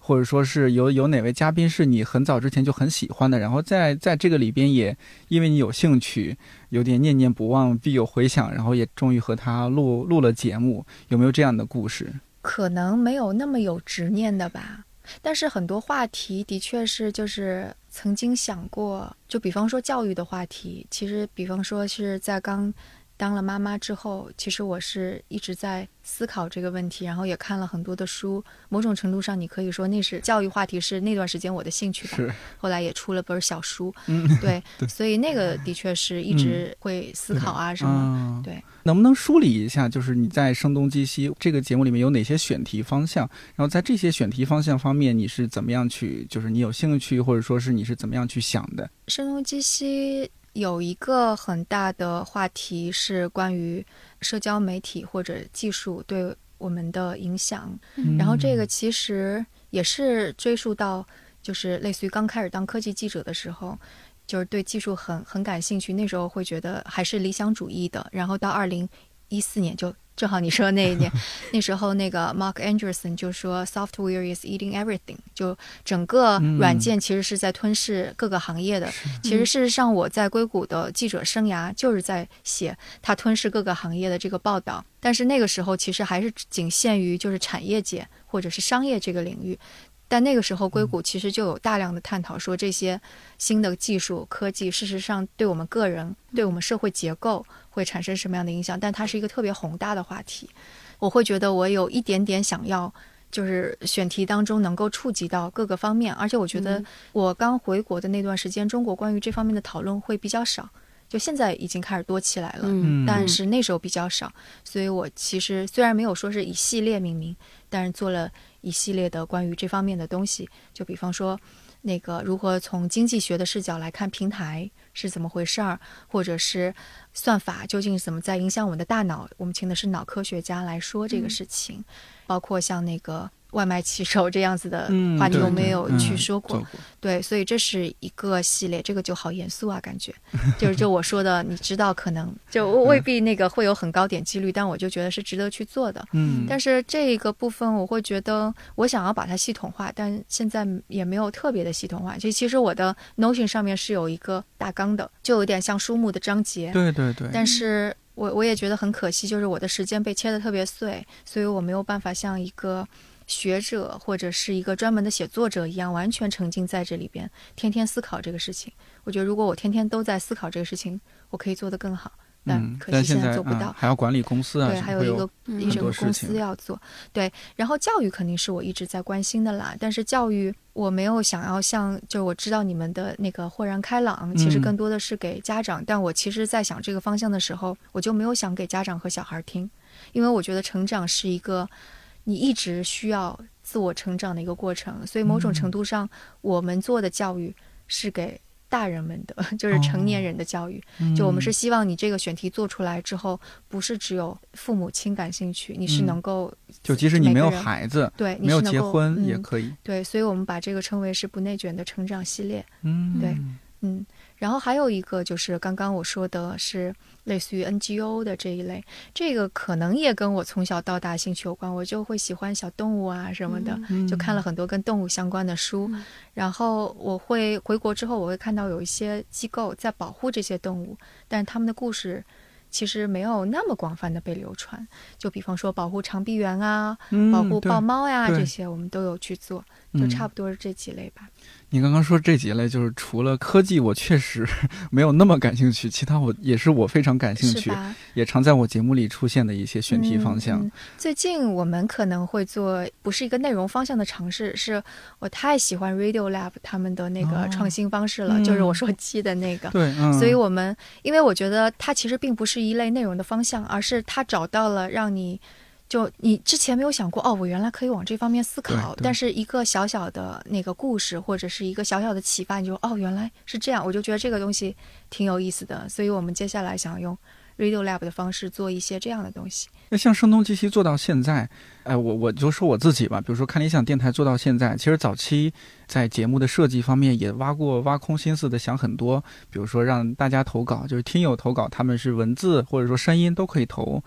或者说是有有哪位嘉宾是你很早之前就很喜欢的，然后在在这个里边也因为你有兴趣，有点念念不忘，必有回响，然后也终于和他录录了节目，有没有这样的故事？ 可能没有那么有执念的吧，但是很多话题的确是就是曾经想过，就比方说教育的话题，其实比方说是在刚当了妈妈之后，其实我是一直在思考这个问题，然后也看了很多的书，某种程度上你可以说那是教育话题，是那段时间我的兴趣吧。 是， 后来也出了本小书， 嗯， 对， 对， 所以那个的确是一直会思考啊什么，对。 对，能不能梳理一下，就是你在声东击西这个节目里面有哪些选题方向，然后在这些选题方向方面你是怎么样去，就是你有兴趣或者说是你是怎么样去想的？ 声东击西有一个很大的话题是关于社交媒体或者技术对我们的影响， 嗯、 然后这个其实也是追溯到就是类似于刚开始当科技记者的时候，就是对技术很很感兴趣，那时候会觉得还是理想主义的，然后到二零一四年就正好你说那一年那时候那个 Mark Andreessen 就说 software is eating everything， 就整个软件其实是在吞噬各个行业的、嗯、其实事实上我在硅谷的记者生涯就是在写它吞噬各个行业的这个报道，但是那个时候其实还是仅限于就是产业界或者是商业这个领域，但那个时候硅谷其实就有大量的探讨说这些新的技术科技事实上对我们个人对我们社会结构会产生什么样的影响，但它是一个特别宏大的话题。我会觉得我有一点点想要就是选题当中能够触及到各个方面，而且我觉得我刚回国的那段时间中国关于这方面的讨论会比较少，就现在已经开始多起来了、嗯、但是那时候比较少，所以我其实虽然没有说是以系列命名，但是做了一系列的关于这方面的东西，就比方说那个如何从经济学的视角来看平台是怎么回事儿，或者是算法究竟怎么在影响我们的大脑，我们请的是脑科学家来说这个事情、嗯、包括像那个外卖骑手这样子的话题我没有去说过、嗯、对, 对, 嗯、对，所以这是一个系列，这个就好严肃啊感觉就是就我说的你知道可能就未必那个会有很高点击率、嗯、但我就觉得是值得去做的。嗯，但是这个部分我会觉得我想要把它系统化，但现在也没有特别的系统化，其实我的 Notion 上面是有一个大纲的，就有点像书目的章节， 对对对， 但是我我也觉得很可惜，就是我的时间被切得特别碎，所以我没有办法像一个学者或者是一个专门的写作者一样完全沉浸在这里边天天思考这个事情。我觉得如果我天天都在思考这个事情，我可以做得更好，但可惜现在做不到、 嗯、还要管理公司啊， 对，还有一个一整个公司要做，对，然后教育肯定是我一直在关心的啦，但是教育我没有想要像，就我知道你们的那个豁然开朗其实更多的是给家长、嗯、但我其实在想这个方向的时候，我就没有想给家长和小孩听，因为我觉得成长是一个你一直需要自我成长的一个过程，所以某种程度上、嗯、我们做的教育是给大人们的，就是成年人的教育、哦、就我们是希望你这个选题做出来之后不是只有父母亲感兴趣，你是能够、嗯、 就即使你没有孩子， 对， 没有结婚、嗯、也可以， 对，所以我们把这个称为是不内卷的成长系列。 嗯， 对，嗯，然后还有一个就是刚刚我说的是类似于 N G O 的这一类，这个可能也跟我从小到大兴趣有关，我就会喜欢小动物啊什么的、嗯、就看了很多跟动物相关的书、嗯、然后我会回国之后我会看到有一些机构在保护这些动物，但是他们的故事其实没有那么广泛的被流传，就比方说保护长臂猿啊、嗯、保护豹猫呀，这些我们都有去做，就差不多是这几类吧、嗯。 你刚刚说这几类就是除了科技我确实没有那么感兴趣，其他我也是我非常感兴趣，也常在我节目里出现的一些选题方向、嗯嗯、 最近我们可能会做不是一个内容方向的尝试，是我太喜欢 Radiolab 他们的那个创新方式了、哦、就是我说鸡的那个、 嗯、对、嗯， 所以我们因为我觉得它其实并不是一类内容的方向，而是它找到了让你就你之前没有想过哦，我原来可以往这方面思考，但是一个小小的那个故事或者是一个小小的启发，你就哦原来是这样，我就觉得这个东西挺有意思的，所以我们接下来想用 Radiolab 的方式做一些这样的东西。 那像声东击西做到现在，哎，我我就说我自己吧，比如说看理想电台做到现在，其实早期在节目的设计方面也挖过挖空心思的想很多，比如说让大家投稿，就是听友投稿，他们是文字或者说声音都可以投，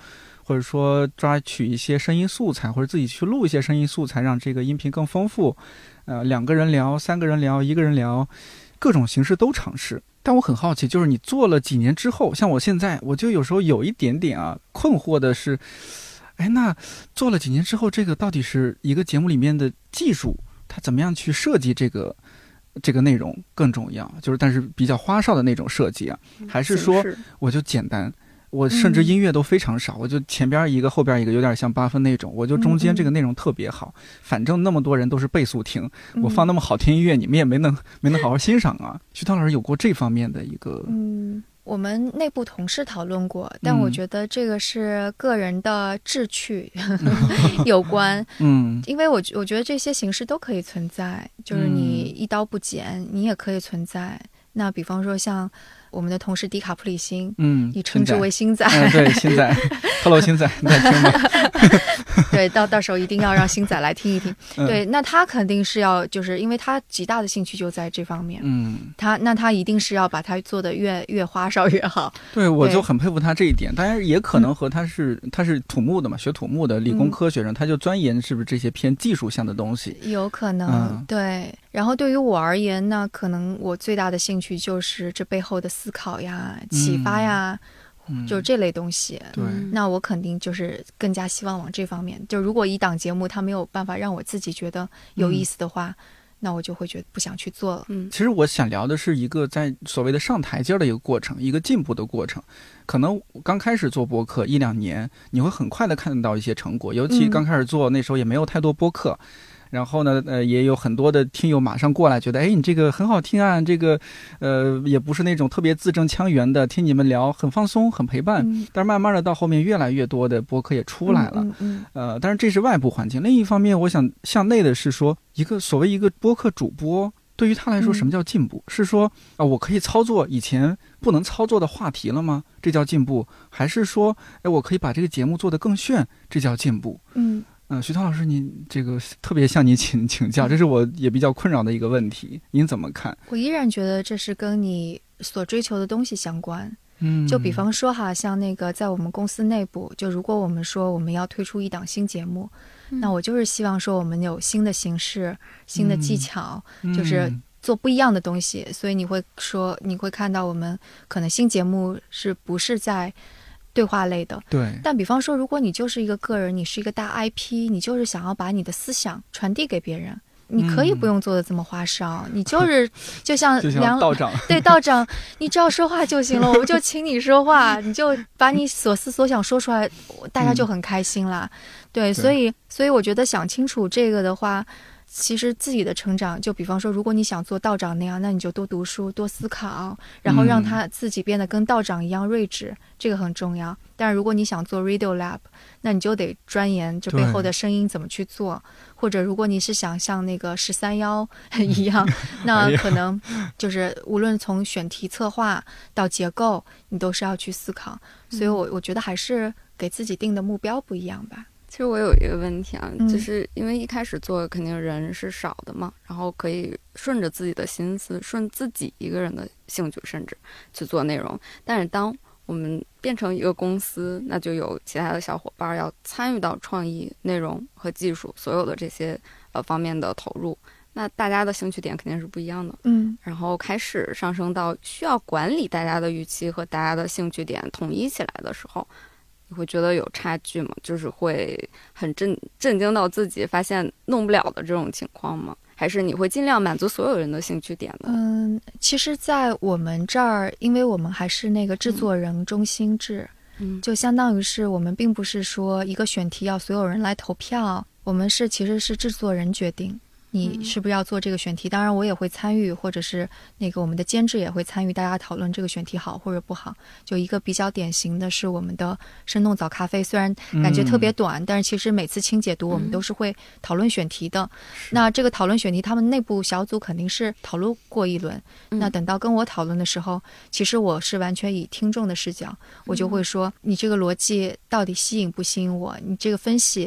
或者说抓取一些声音素材，或者自己去录一些声音素材，让这个音频更丰富。呃，两个人聊，三个人聊，一个人聊，各种形式都尝试。但我很好奇，就是你做了几年之后，像我现在，我就有时候有一点点啊困惑的是，哎，那做了几年之后，这个到底是一个节目里面的技术，它怎么样去设计这个这个内容更重要？就是但是比较花哨的那种设计啊，还是说我就简单？我甚至音乐都非常少，嗯、我就前边一个后边一个，有点像八分那种，我就中间这个内容特别好。嗯、反正那么多人都是倍速听，嗯、我放那么好听音乐，你们也没能没能好好欣赏啊。徐涛老师有过这方面的一个， 嗯，我们内部同事讨论过，但我觉得这个是个人的志趣、嗯、有关，嗯，因为我我觉得这些形式都可以存在，就是你一刀不剪，你也可以存在。那比方说像我们的同事迪卡普里辛，嗯，你称之为星仔， 嗯、对，星仔，Hello 星仔，你在听吗？ 对，到到时候一定要让星仔来听一听。嗯、对，那他肯定是要，就是因为他极大的兴趣就在这方面，嗯，他那他一定是要把他做的越越花哨越好。 对，我就很佩服他这一点。当然也可能和他是、嗯、他是土木的嘛，学土木的理工科学生，嗯、他就钻研是不是这些偏技术向的东西， 有可能，嗯、对。然后对于我而言呢，可能我最大的兴趣就是这背后的思考呀、启发呀，嗯、就这类东西。 对， 那我肯定就是更加希望往这方面。就如果一档节目它没有办法让我自己觉得有意思的话，嗯、那我就会觉得不想去做了。 嗯，其实我想聊的是一个在所谓的上台阶的一个过程，一个进步的过程。可能刚开始做播客一两年，你会很快的看到一些成果，尤其刚开始做、嗯、那时候也没有太多播客。然后呢，呃，也有很多的听友马上过来，觉得，哎，你这个很好听啊，这个，呃，也不是那种特别字正腔圆的，听你们聊很放松，很陪伴。嗯、但是慢慢的到后面，越来越多的播客也出来了，嗯嗯嗯、呃，但是这是外部环境。另一方面，我想向内的是说，一个所谓一个播客主播，对于他来说，什么叫进步？嗯、是说啊、呃，我可以操作以前不能操作的话题了吗？这叫进步？还是说，哎，我可以把这个节目做得更炫，这叫进步？嗯。嗯，徐涛老师，你这个特别向你请请教，这是我也比较困扰的一个问题，您怎么看？ 我依然觉得这是跟你所追求的东西相关。嗯，就比方说哈，像那个在我们公司内部，就如果我们说我们要推出一档新节目，嗯、那我就是希望说我们有新的形式、新的技巧，嗯、就是做不一样的东西。所以你会说，你会看到我们可能新节目是不是在对话类的， 对。 但比方说，如果你就是一个个人，你是一个大 I P， 你就是想要把你的思想传递给别人，你可以不用做的这么花哨，嗯、你就是就像就像道长， 对道长，你只要说话就行了，我们就请你说话，你就把你所思所想说出来，大家就很开心啦。嗯、对，所以所以我觉得想清楚这个的话。其实自己的成长，就比方说，如果你想做道长那样，那你就多读书、多思考，然后让他自己变得跟道长一样睿智，嗯、这个很重要。但是如果你想做 Radio Lab， 那你就得钻研这背后的声音怎么去做。或者如果你是想像那个十三幺一样，那可能就是无论从选题策划到结构，你都是要去思考。所以我我觉得还是给自己定的目标不一样吧。 其实我有一个问题啊，嗯、就是因为一开始做肯定人是少的嘛，然后可以顺着自己的心思，顺自己一个人的兴趣，甚至去做内容。但是当我们变成一个公司，那就有其他的小伙伴要参与到创意、内容和技术所有的这些呃方面的投入。那大家的兴趣点肯定是不一样的，嗯，然后开始上升到需要管理大家的预期和大家的兴趣点统一起来的时候。你会觉得有差距吗？就是会很震震惊到自己，发现弄不了的这种情况吗？还是你会尽量满足所有人的兴趣点呢？ 嗯，其实在我们这儿，因为我们还是那个制作人中心制，嗯，就相当于是我们并不是说一个选题要所有人来投票，我们是其实是制作人决定你是不是要做这个选题。当然我也会参与，或者是那个我们的监制也会参与，大家讨论这个选题好或者不好。就一个比较典型的是我们的生动早咖啡，虽然感觉特别短，嗯、但是其实每次轻解读我们都是会讨论选题的。嗯、那这个讨论选题他们内部小组肯定是讨论过一轮，嗯、那等到跟我讨论的时候，其实我是完全以听众的视角，我就会说，嗯、你这个逻辑到底吸引不吸引我，你这个分析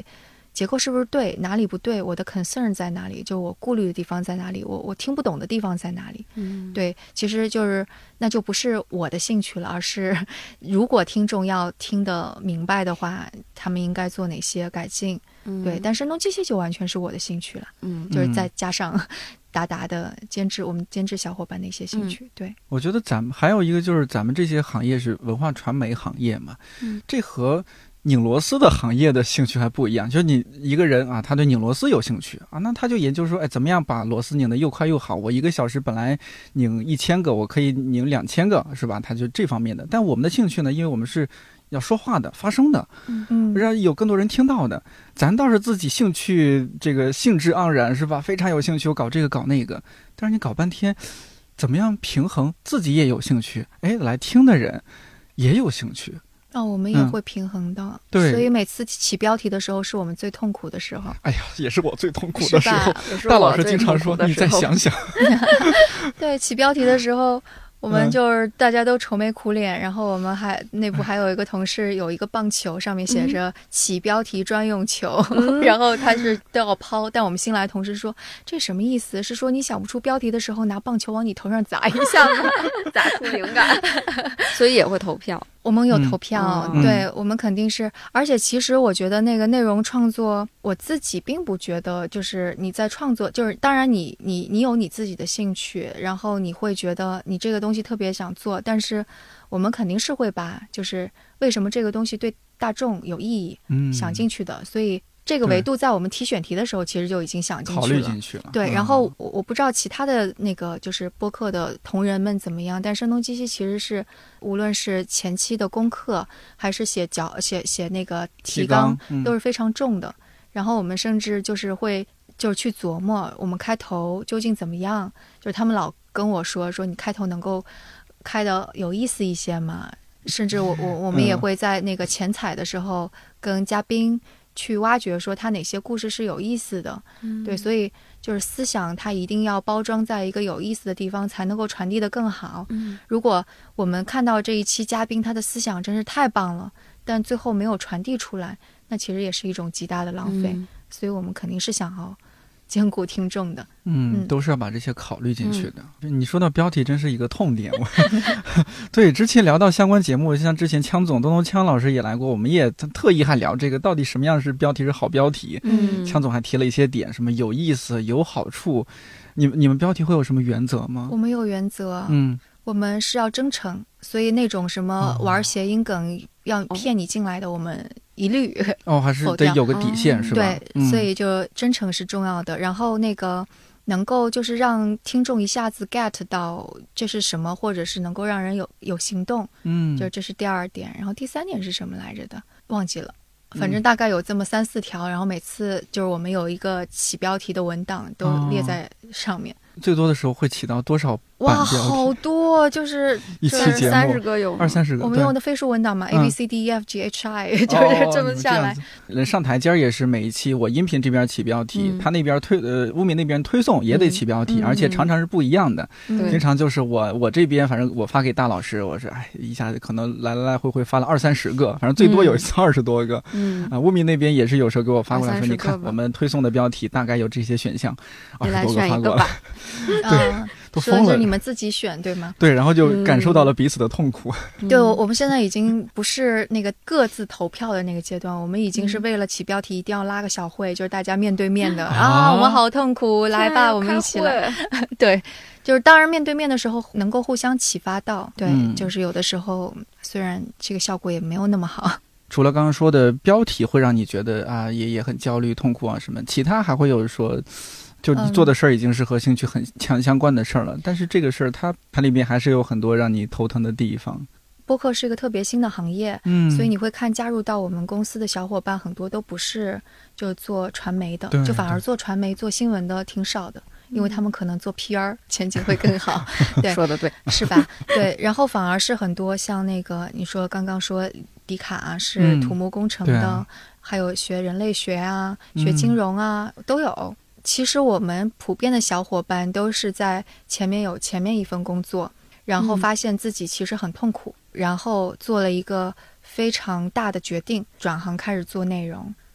结构是不是对，哪里不对，我的 concern 在哪里，就我顾虑的地方在哪里，我我听不懂的地方在哪里。 嗯， 对，其实就是那就不是我的兴趣了，而是如果听众要听得明白的话，他们应该做哪些改进。 嗯、 对，但声东击西就完全是我的兴趣了。 嗯， 就是再加上达达的监制，我们监制小伙伴的一些兴趣。嗯、对， 我觉得咱们还有一个就是咱们这些行业是文化传媒行业嘛， 嗯， 这和拧螺丝的行业的兴趣还不一样。就是你一个人啊，他对拧螺丝有兴趣啊，那他就研究说，哎，怎么样把螺丝拧得又快又好？我一个小时本来拧一千个，我可以拧两千个，是吧？他就这方面的。但我们的兴趣呢，因为我们是要说话的、发声的， 嗯， 让有更多人听到的。咱倒是自己兴趣这个兴致盎然，是吧？非常有兴趣，我搞这个搞那个。但是你搞半天，怎么样平衡自己也有兴趣，哎，来听的人也有兴趣。 哦，我们也会平衡的、嗯， 对， 所以每次起标题的时候是我们最痛苦的时候。 哎呀，也是我最痛苦的时候。 是大老师经常说：“你再想想。” 对，起标题的时候，我们就是大家都愁眉苦脸，嗯、然后我们还内部还有一个同事有一个棒球，上面写着“起标题专用球”，嗯、然后他是都要抛，但我们新来的同事说这什么意思？是说你想不出标题的时候，拿棒球往你头上砸一下吗？ 砸出灵感，所以也会投票。 我们有投票， 嗯、 对、嗯、我们肯定是，而且其实我觉得那个内容创作，我自己并不觉得，就是你在创作，就是当然你你你有你自己的兴趣，然后你会觉得你这个东西特别想做，但是我们肯定是会把就是为什么这个东西对大众有意义， 嗯， 想进去的，所以。这个维度在我们提选题的时候，其实就已经想进去了， 考虑进去了。 对，然后我我不知道其他的那个就是播客的同仁们怎么样，但声东击西其实是无论是前期的功课，还是写脚写写那个提纲， 嗯、 都是非常重的。然后我们甚至就是会就是去琢磨我们开头究竟怎么样，就是他们老跟我说说你开头能够开的有意思一些嘛，甚至我我我们也会在那个前采的时候跟嘉宾。去挖掘说他哪些故事是有意思的、嗯、对，所以就是思想它一定要包装在一个有意思的地方才能够传递得更好、嗯、如果我们看到这一期嘉宾他的思想真是太棒了，但最后没有传递出来，那其实也是一种极大的浪费、嗯、所以我们肯定是想要兼顾听众的， 嗯，都是要把这些考虑进去的、嗯、你说到标题真是一个痛点对，之前聊到相关节目，像之前枪总东东枪老师也来过，我们也特意还聊这个到底什么样是标题是好标题， 嗯， 枪总还提了一些点，什么有意思有好处，你你们标题会有什么原则吗？ 我们有原则， 嗯， 我们是要真诚，所以那种什么玩谐音梗、哦、要骗你进来的我们一律哦，还是得有个底线、哦、是吧？ 对、 嗯， 所以就真诚是重要的，然后那个能够就是让听众一下子 get 到这是什么，或者是能够让人有有行动， 嗯， 就这是第二点。然后第三点是什么来着的忘记了，反正大概有这么三四条、嗯、然后每次就是我们有一个起标题的文档都列在上面、 哦、最多的时候会起到多少版哇好多，就是一期节目三十个有二三十个， 我们用的飞书文档嘛、嗯、A B C D E F G H I 就是这么下来、 哦、上台阶也是每一期我音频这边起标题、嗯、他那边推呃乌米那边推送也得起标题、嗯、而且常常是不一样的、 嗯、 经常就是我我这边反正我发给大老师，我是哎一下子可能来来回回发了二三十个，反正最多有一次二十多个， 嗯啊乌米那边也是有时候给我发过来说你看我们推送的标题大概有这些选项， 你来选一个吧对都疯了， 是你们自己选对吗？ 对，然后就感受到了彼此的痛苦、 嗯、对，我们现在已经不是那个各自投票的那个阶段，我们已经是为了起标题一定要拉个小会，就是大家面对面的、嗯、啊我们好痛苦，来吧我们一起来对，就是当然面对面的时候能够互相启发到，对、嗯、就是有的时候虽然这个效果也没有那么好。 除了刚刚说的标题会让你觉得啊也也很焦虑痛苦啊什么，其他还会有说就你做的事儿已经是和兴趣很强相关的事儿了、嗯、但是这个事儿它它里面还是有很多让你头疼的地方。 播客是一个特别新的行业， 嗯， 所以你会看加入到我们公司的小伙伴很多都不是就做传媒的，就反而做传媒做新闻的挺少的，因为他们可能做 P R 前景会更好对， 说的对是吧？对，然后反而是很多像那个你说刚刚说迪卡、啊、是土木工程的、嗯啊、还有学人类学啊学金融啊、嗯、都有。其实我们普遍的小伙伴都是在前面有前面一份工作，然后发现自己其实很痛苦、嗯、然后做了一个非常大的决定，转行开始做内容。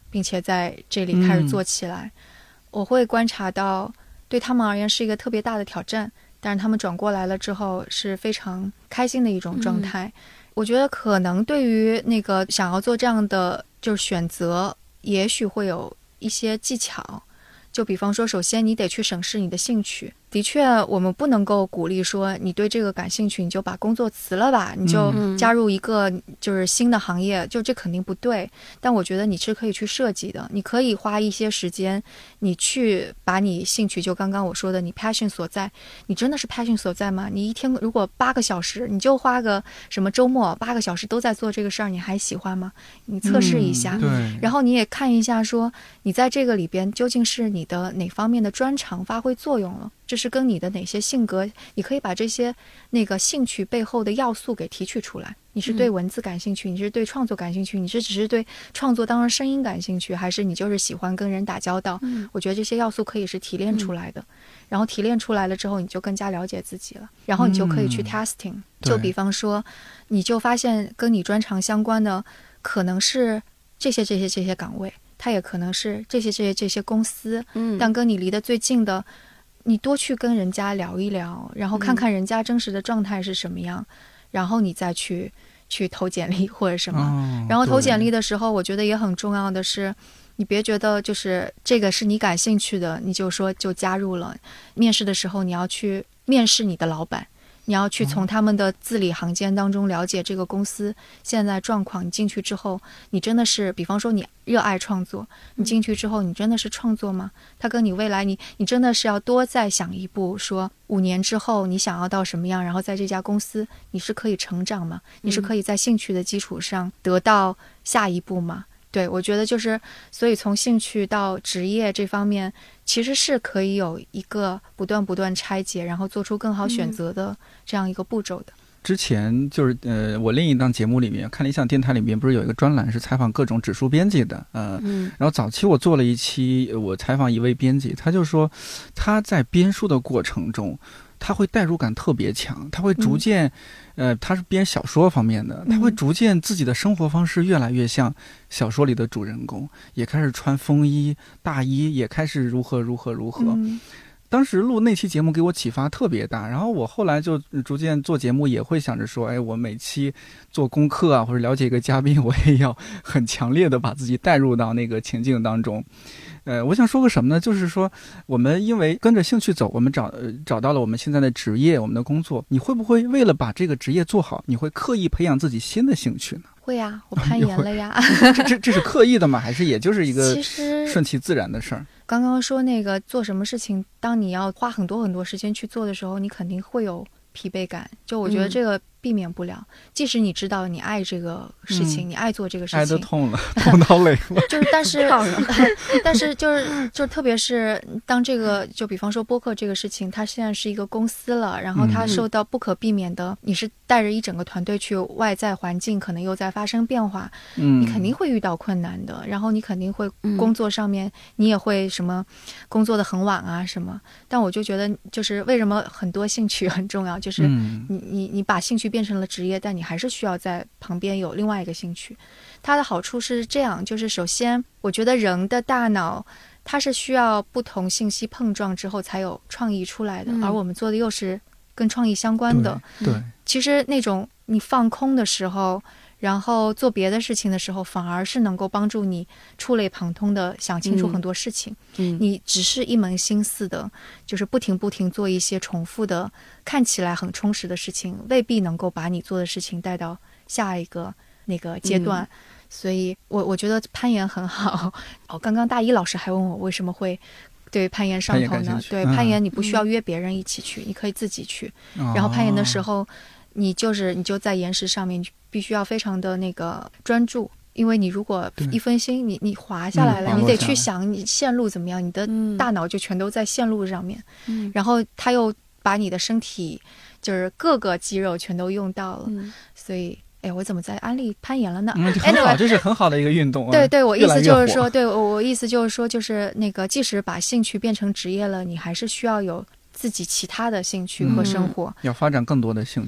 并且在这里开始做起来。嗯、我会观察到对他们而言是一个特别大的挑战，但是他们转过来了之后是非常开心的一种状态。嗯、我觉得可能对于那个想要做这样的就是选择，也许会有一些技巧。就比方说，首先你得去审视你的兴趣。的确，我们不能够鼓励说你对这个感兴趣，你就把工作辞了吧，你就加入一个就是新的行业，就这肯定不对。但我觉得你是可以去设计的，你可以花一些时间，你去把你兴趣，就刚刚我说的，你 passion 所在，你真的是 passion 所在吗？你一天如果八个小时，你就花个什么周末八个小时都在做这个事儿，你还喜欢吗？你测试一下， 嗯、对， 然后你也看一下说，你在这个里边究竟是你的哪方面的专长发挥作用了。这是跟你的哪些性格，你可以把这些那个兴趣背后的要素给提取出来。你是对文字感兴趣，嗯、你是对创作感兴趣，你是只是对创作当中声音感兴趣，还是你就是喜欢跟人打交道？嗯、我觉得这些要素可以是提炼出来的。嗯、然后提炼出来了之后，你就更加了解自己了，然后你就可以去 testing。嗯、就比方说，你就发现跟你专长相关的可能是这些这些这些岗位，它也可能是这些这些这些公司。嗯，但跟你离得最近的。你多去跟人家聊一聊，然后看看人家真实的状态是什么样，嗯、然后你再去去投简历或者什么。哦、然后投简历的时候，我觉得也很重要的是，你别觉得就是这个是你感兴趣的，你就说就加入了。面试的时候，你要去面试你的老板。你要去从他们的字里行间当中了解这个公司现在状况。你进去之后，你真的是，比方说你热爱创作，你进去之后，你真的是创作吗？它跟你未来，你你真的是要多再想一步，说五年之后你想要到什么样，然后在这家公司你是可以成长吗？你是可以在兴趣的基础上得到下一步吗？对，我觉得就是，所以从兴趣到职业这方面，其实是可以有一个不断不断拆解，然后做出更好选择的这样一个步骤的。嗯、 之前就是呃，我另一档节目里面，看理想电台里面不是有一个专栏是采访各种指数编辑的，呃，嗯、然后早期我做了一期，我采访一位编辑，他就说他在编书的过程中。他会代入感特别强，他会逐渐，嗯、呃，他是编小说方面的，他会逐渐自己的生活方式越来越像小说里的主人公，也开始穿风衣大衣，也开始如何如何如何。嗯、当时录那期节目给我启发特别大，然后我后来就逐渐做节目也会想着说，哎，我每期做功课啊，或者了解一个嘉宾，我也要很强烈的把自己带入到那个情境当中。呃，我想说个什么呢？就是说，我们因为跟着兴趣走，我们找、呃、找到了我们现在的职业，我们的工作。你会不会为了把这个职业做好，你会刻意培养自己新的兴趣呢？ 会呀、啊，我攀岩了呀。 这这这是刻意的吗？还是也就是一个顺其自然的事儿？ 刚刚说那个做什么事情，当你要花很多很多时间去做的时候，你肯定会有疲惫感。就我觉得这个避免不了，嗯、即使你知道你爱这个事情，嗯、你爱做这个事情， 爱得痛了，痛到累了。 就是，但是，但是就是就是，特别是当这个，就比方说播客这个事情，它现在是一个公司了，然后它受到不可避免的，嗯、你是带着一整个团队去，外在环境可能又在发生变化，嗯，你肯定会遇到困难的，然后你肯定会工作上面，嗯、你也会什么工作的很晚啊什么。但我就觉得，就是为什么很多兴趣很重要，就是你你你把兴趣变成了职业，但你还是需要在旁边有另外一个兴趣。它的好处是这样，就是首先我觉得人的大脑它是需要不同信息碰撞之后才有创意出来的，嗯、而我们做的又是跟创意相关的。 对，对其实那种你放空的时候，然后做别的事情的时候，反而是能够帮助你触类旁通的想清楚很多事情。嗯，你只是一门心思的，就是不停不停做一些重复的看起来很充实的事情，未必能够把你做的事情带到下一个那个阶段。嗯、所以我我觉得攀岩很好。哦，刚刚大一老师还问我为什么会对攀岩上头呢？对，攀岩你不需要约别人一起去，嗯、你可以自己去。哦、然后攀岩的时候，你就是你就在岩石上面，你必须要非常的那个专注，因为你如果一分心，你你滑下来了，嗯、你得去想你线路怎么样，你的大脑就全都在线路上面。嗯、然后他又把你的身体就是各个肌肉全都用到了，嗯、所以。哎，我怎么在安利攀岩了呢？ 嗯，很好，这是很好的一个运动。 对对，我意思就是说，对我我意思就是说，就是那个，即使把兴趣变成职业了，你还是需要有自己其他的兴趣和生活， 嗯、要发展更多的兴趣。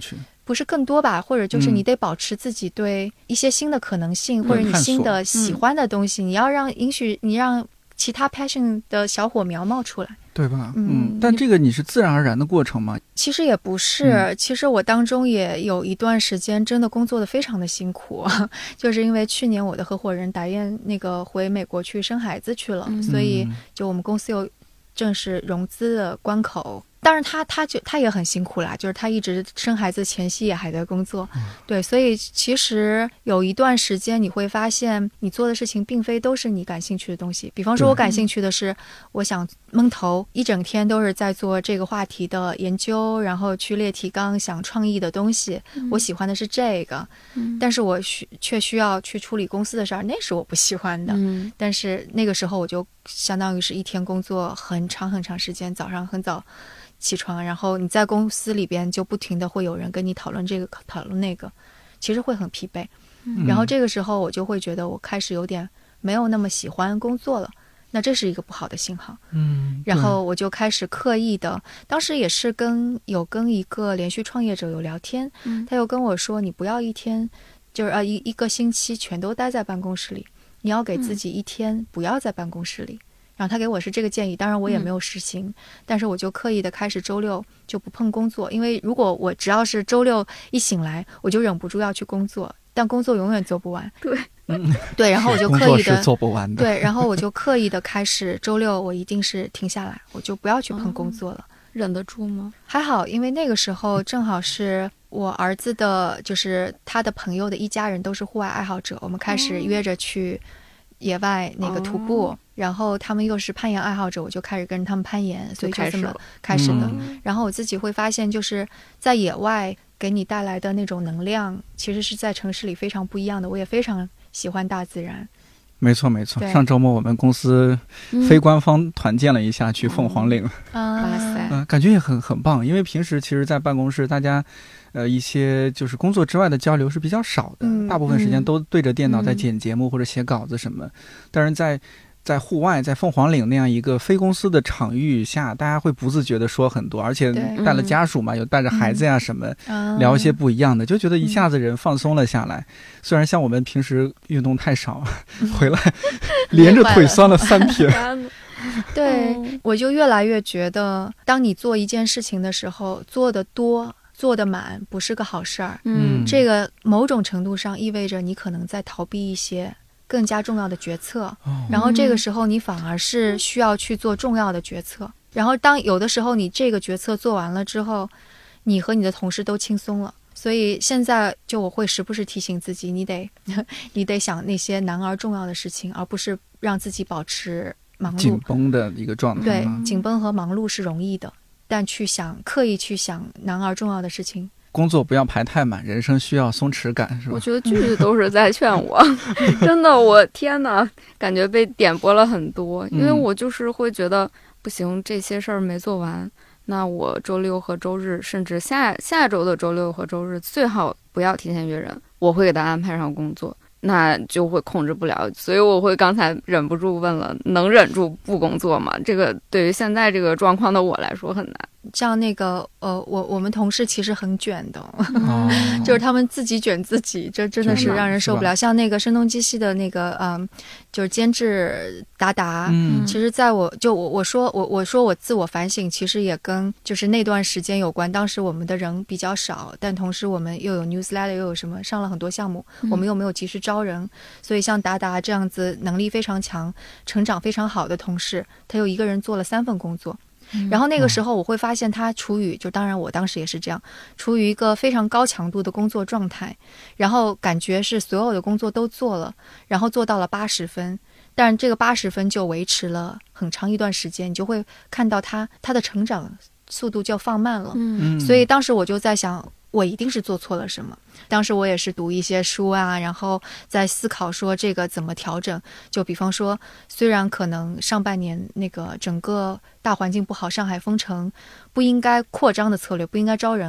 不是更多吧，或者就是你得保持自己对一些新的可能性、嗯、或者你新的喜欢的东西、嗯、你要让允许你让其他 passion 的小火苗冒出来， 对吧？嗯，但这个你是自然而然的过程吗？ 其实也不是、嗯、其实我当中也有一段时间真的工作的非常的辛苦，就是因为去年我的合伙人达燕那个回美国去生孩子去了、嗯、所以就我们公司有正式融资的关口，当然他他就他也很辛苦啦，就是他一直生孩子前夕也还在工作、嗯、对，所以其实有一段时间你会发现你做的事情并非都是你感兴趣的东西，比方说我感兴趣的是我想闷头一整天都是在做这个话题的研究，然后去列提纲想创意的东西、嗯、我喜欢的是这个、嗯、但是我需却需要去处理公司的事儿，那是我不喜欢的、嗯、但是那个时候我就相当于是一天工作很长很长时间，早上很早起床，然后你在公司里边就不停的会有人跟你讨论这个讨论那个，其实会很疲惫、嗯、然后这个时候我就会觉得我开始有点没有那么喜欢工作了，那这是一个不好的信号。嗯，然后我就开始刻意的，当时也是跟有跟一个连续创业者有聊天、嗯、他又跟我说你不要一天就是呃一一个星期全都待在办公室里，你要给自己一天不要在办公室里、嗯，然后他给我是这个建议，当然我也没有实行、嗯、但是我就刻意的开始周六就不碰工作，因为如果我只要是周六一醒来我就忍不住要去工作，但工作永远做不完。 对， 嗯，对，然后我就刻意的工作是做不完的。 对，然后我就刻意的开始周六我一定是停下来，我就不要去碰工作了。 嗯、忍得住吗？ 还好，因为那个时候正好是我儿子的，就是他的朋友的一家人都是户外爱好者，我们开始约着去野外那个徒步、哦，然后他们又是攀岩爱好者，我就开始跟他们攀岩，所以就这么开始的、嗯、然后我自己会发现就是在野外给你带来的那种能量其实是在城市里非常不一样的，我也非常喜欢大自然。 没错没错，上周末我们公司非官方团建了一下、嗯、去凤凰岭， 哇塞、 呃，感觉也很很棒，因为平时其实在办公室大家呃一些就是工作之外的交流是比较少的、嗯、大部分时间都对着电脑在剪节目或者写稿子什么、嗯、但是在在户外在凤凰岭那样一个非公司的场域下，大家会不自觉的说很多，而且带了家属嘛、嗯、有带着孩子呀什么、嗯、聊一些不一样的、嗯、就觉得一下子人放松了下来、嗯、虽然像我们平时运动太少、嗯、回来连着腿酸了三天对，我就越来越觉得当你做一件事情的时候做得多做得满不是个好事儿。嗯，这个某种程度上意味着你可能在逃避一些更加重要的决策、哦、然后这个时候你反而是需要去做重要的决策，然后当有的时候你这个决策做完了之后，你和你的同事都轻松了。所以现在就我会时不时提醒自己，你得你得想那些难而重要的事情，而不是让自己保持忙碌紧绷的一个状态。 对，紧绷和忙碌是容易的，但去想刻意去想难而重要的事情， 工作不要排太满，人生需要松弛感，是吧？ 我觉得句句都是在劝我真的，我天哪，感觉被点拨了很多，因为我就是会觉得、嗯、不行，这些事儿没做完，那我周六和周日甚至下下周的周六和周日最好不要提前约人，我会给他安排上工作，那就会控制不了，所以我会刚才忍不住问了，能忍住不工作吗？这个对于现在这个状况的我来说很难。 像那个呃，我我们同事其实很卷的、哦、就是他们自己卷自己，这真的是让人受不了。像那个声东击西的那个嗯，就是监制达达、嗯、其实在我就我我说我我说我自我反省，其实也跟就是那段时间有关。当时我们的人比较少，但同时我们又有 newsletter 又有什么上了很多项目、嗯、我们又没有及时招人，所以像达达这样子能力非常强成长非常好的同事，他又一个人做了三份工作。然后那个时候我会发现他处于就当然我当时也是这样，处于一个非常高强度的工作状态，然后感觉是所有的工作都做了，然后做到了八十分，但这个八十分就维持了很长一段时间，你就会看到他他的成长速度就放慢了。嗯，所以当时我就在想我一定是做错了什么。当时我也是读一些书啊，然后在思考说这个怎么调整。就比方说，虽然可能上半年那个整个大环境不好，上海封城，不应该扩张的策略，不应该招人，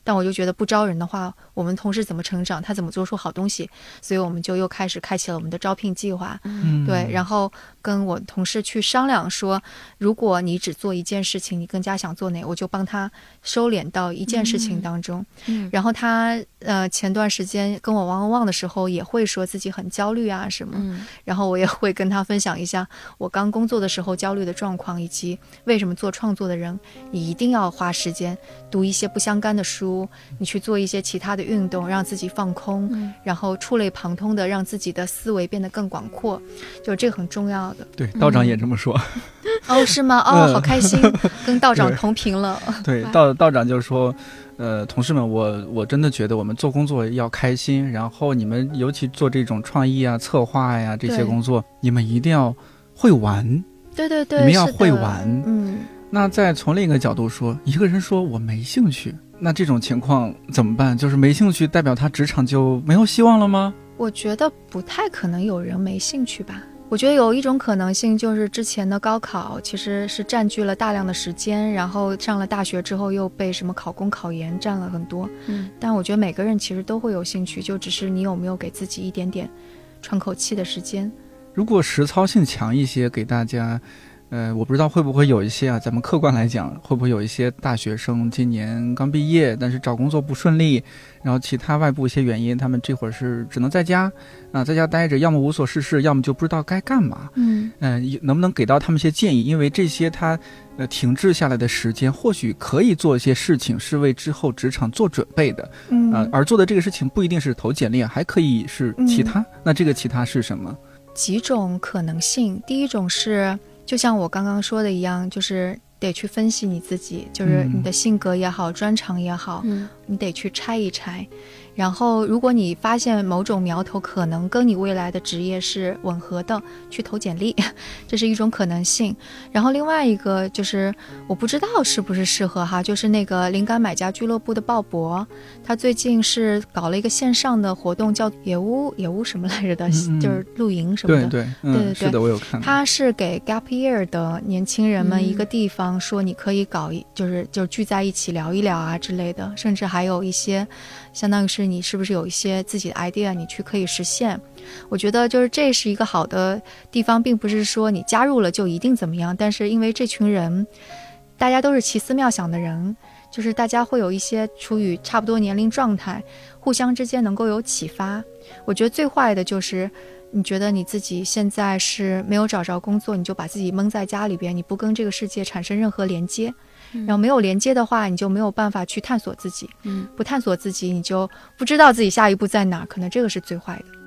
但我就觉得不招人的话，我们同事怎么成长，他怎么做出好东西，所以我们就又开始开启了我们的招聘计划。 嗯， 对，然后跟我同事去商量说，如果你只做一件事情，你更加想做哪，我就帮他收敛到一件事情当中。 嗯， 然后他呃前段时间跟我汪汪汪的时候，也会说自己很焦虑啊什么， 嗯， 然后我也会跟他分享一下我刚工作的时候焦虑的状况，以及为什么做创作的人你一定要花时间读一些不相干的书，你去做一些其他的运动，让自己放空， 嗯， 然后触类旁通的让自己的思维变得更广阔，就是这个很重要的。 对，道长也这么说。 哦，是吗？哦， 嗯好开心，跟道长同频了。 对，道道长就说，呃，同事们，我我真的觉得我们做工作要开心，然后你们尤其做这种创意啊、策划呀、这些工作，你们一定要会玩。 对对对， 你们要是的会玩。 嗯， 那再从另一个角度说，一个人说我没兴趣，那这种情况怎么办？就是没兴趣代表他职场就没有希望了吗？ 我觉得不太可能有人没兴趣吧。我觉得有一种可能性就是之前的高考其实是占据了大量的时间，然后上了大学之后又被什么考公考研占了很多。 嗯， 但我觉得每个人其实都会有兴趣，就只是你有没有给自己一点点喘口气的时间。 如果实操性强一些，给大家呃，我不知道会不会有一些啊，咱们客观来讲，会不会有一些大学生今年刚毕业，但是找工作不顺利，然后其他外部一些原因，他们这会儿是只能在家啊，在家待着，要么无所事事，要么就不知道该干嘛。 嗯嗯、呃，能不能给到他们一些建议？因为这些他呃停滞下来的时间，或许可以做一些事情，是为之后职场做准备的。 嗯、 呃，而做的这个事情不一定是投简历，还可以是其他。嗯、那这个其他是什么？ 几种可能性。第一种是，就像我刚刚说的一样，就是得去分析你自己，就是你的性格也好，嗯、专长也好， 嗯， 你得去拆一拆。然后如果你发现某种苗头可能跟你未来的职业是吻合的，去投简历，这是一种可能性。然后另外一个就是我不知道是不是适合哈，就是那个灵感买家俱乐部的鲍勃，他最近是搞了一个线上的活动，叫野屋野屋什么来着的，嗯、就是露营什么的。 对对、嗯、 对对对， 是的，我有看。 他是给 gap year 的年轻人们一个地方，说你可以搞一就是就是聚在一起聊一聊啊之类的，甚至还有一些相当于是你是不是有一些自己的 idea 你去可以实现。我觉得就是这是一个好的地方，并不是说你加入了就一定怎么样，但是因为这群人大家都是奇思妙想的人，就是大家会有一些处于差不多年龄状态，互相之间能够有启发。我觉得最坏的就是你觉得你自己现在是没有找着工作，你就把自己蒙在家里边，你不跟这个世界产生任何连接，然后没有连接的话，你就没有办法去探索自己， 嗯， 不探索自己，你就不知道自己下一步在哪，可能这个是最坏的。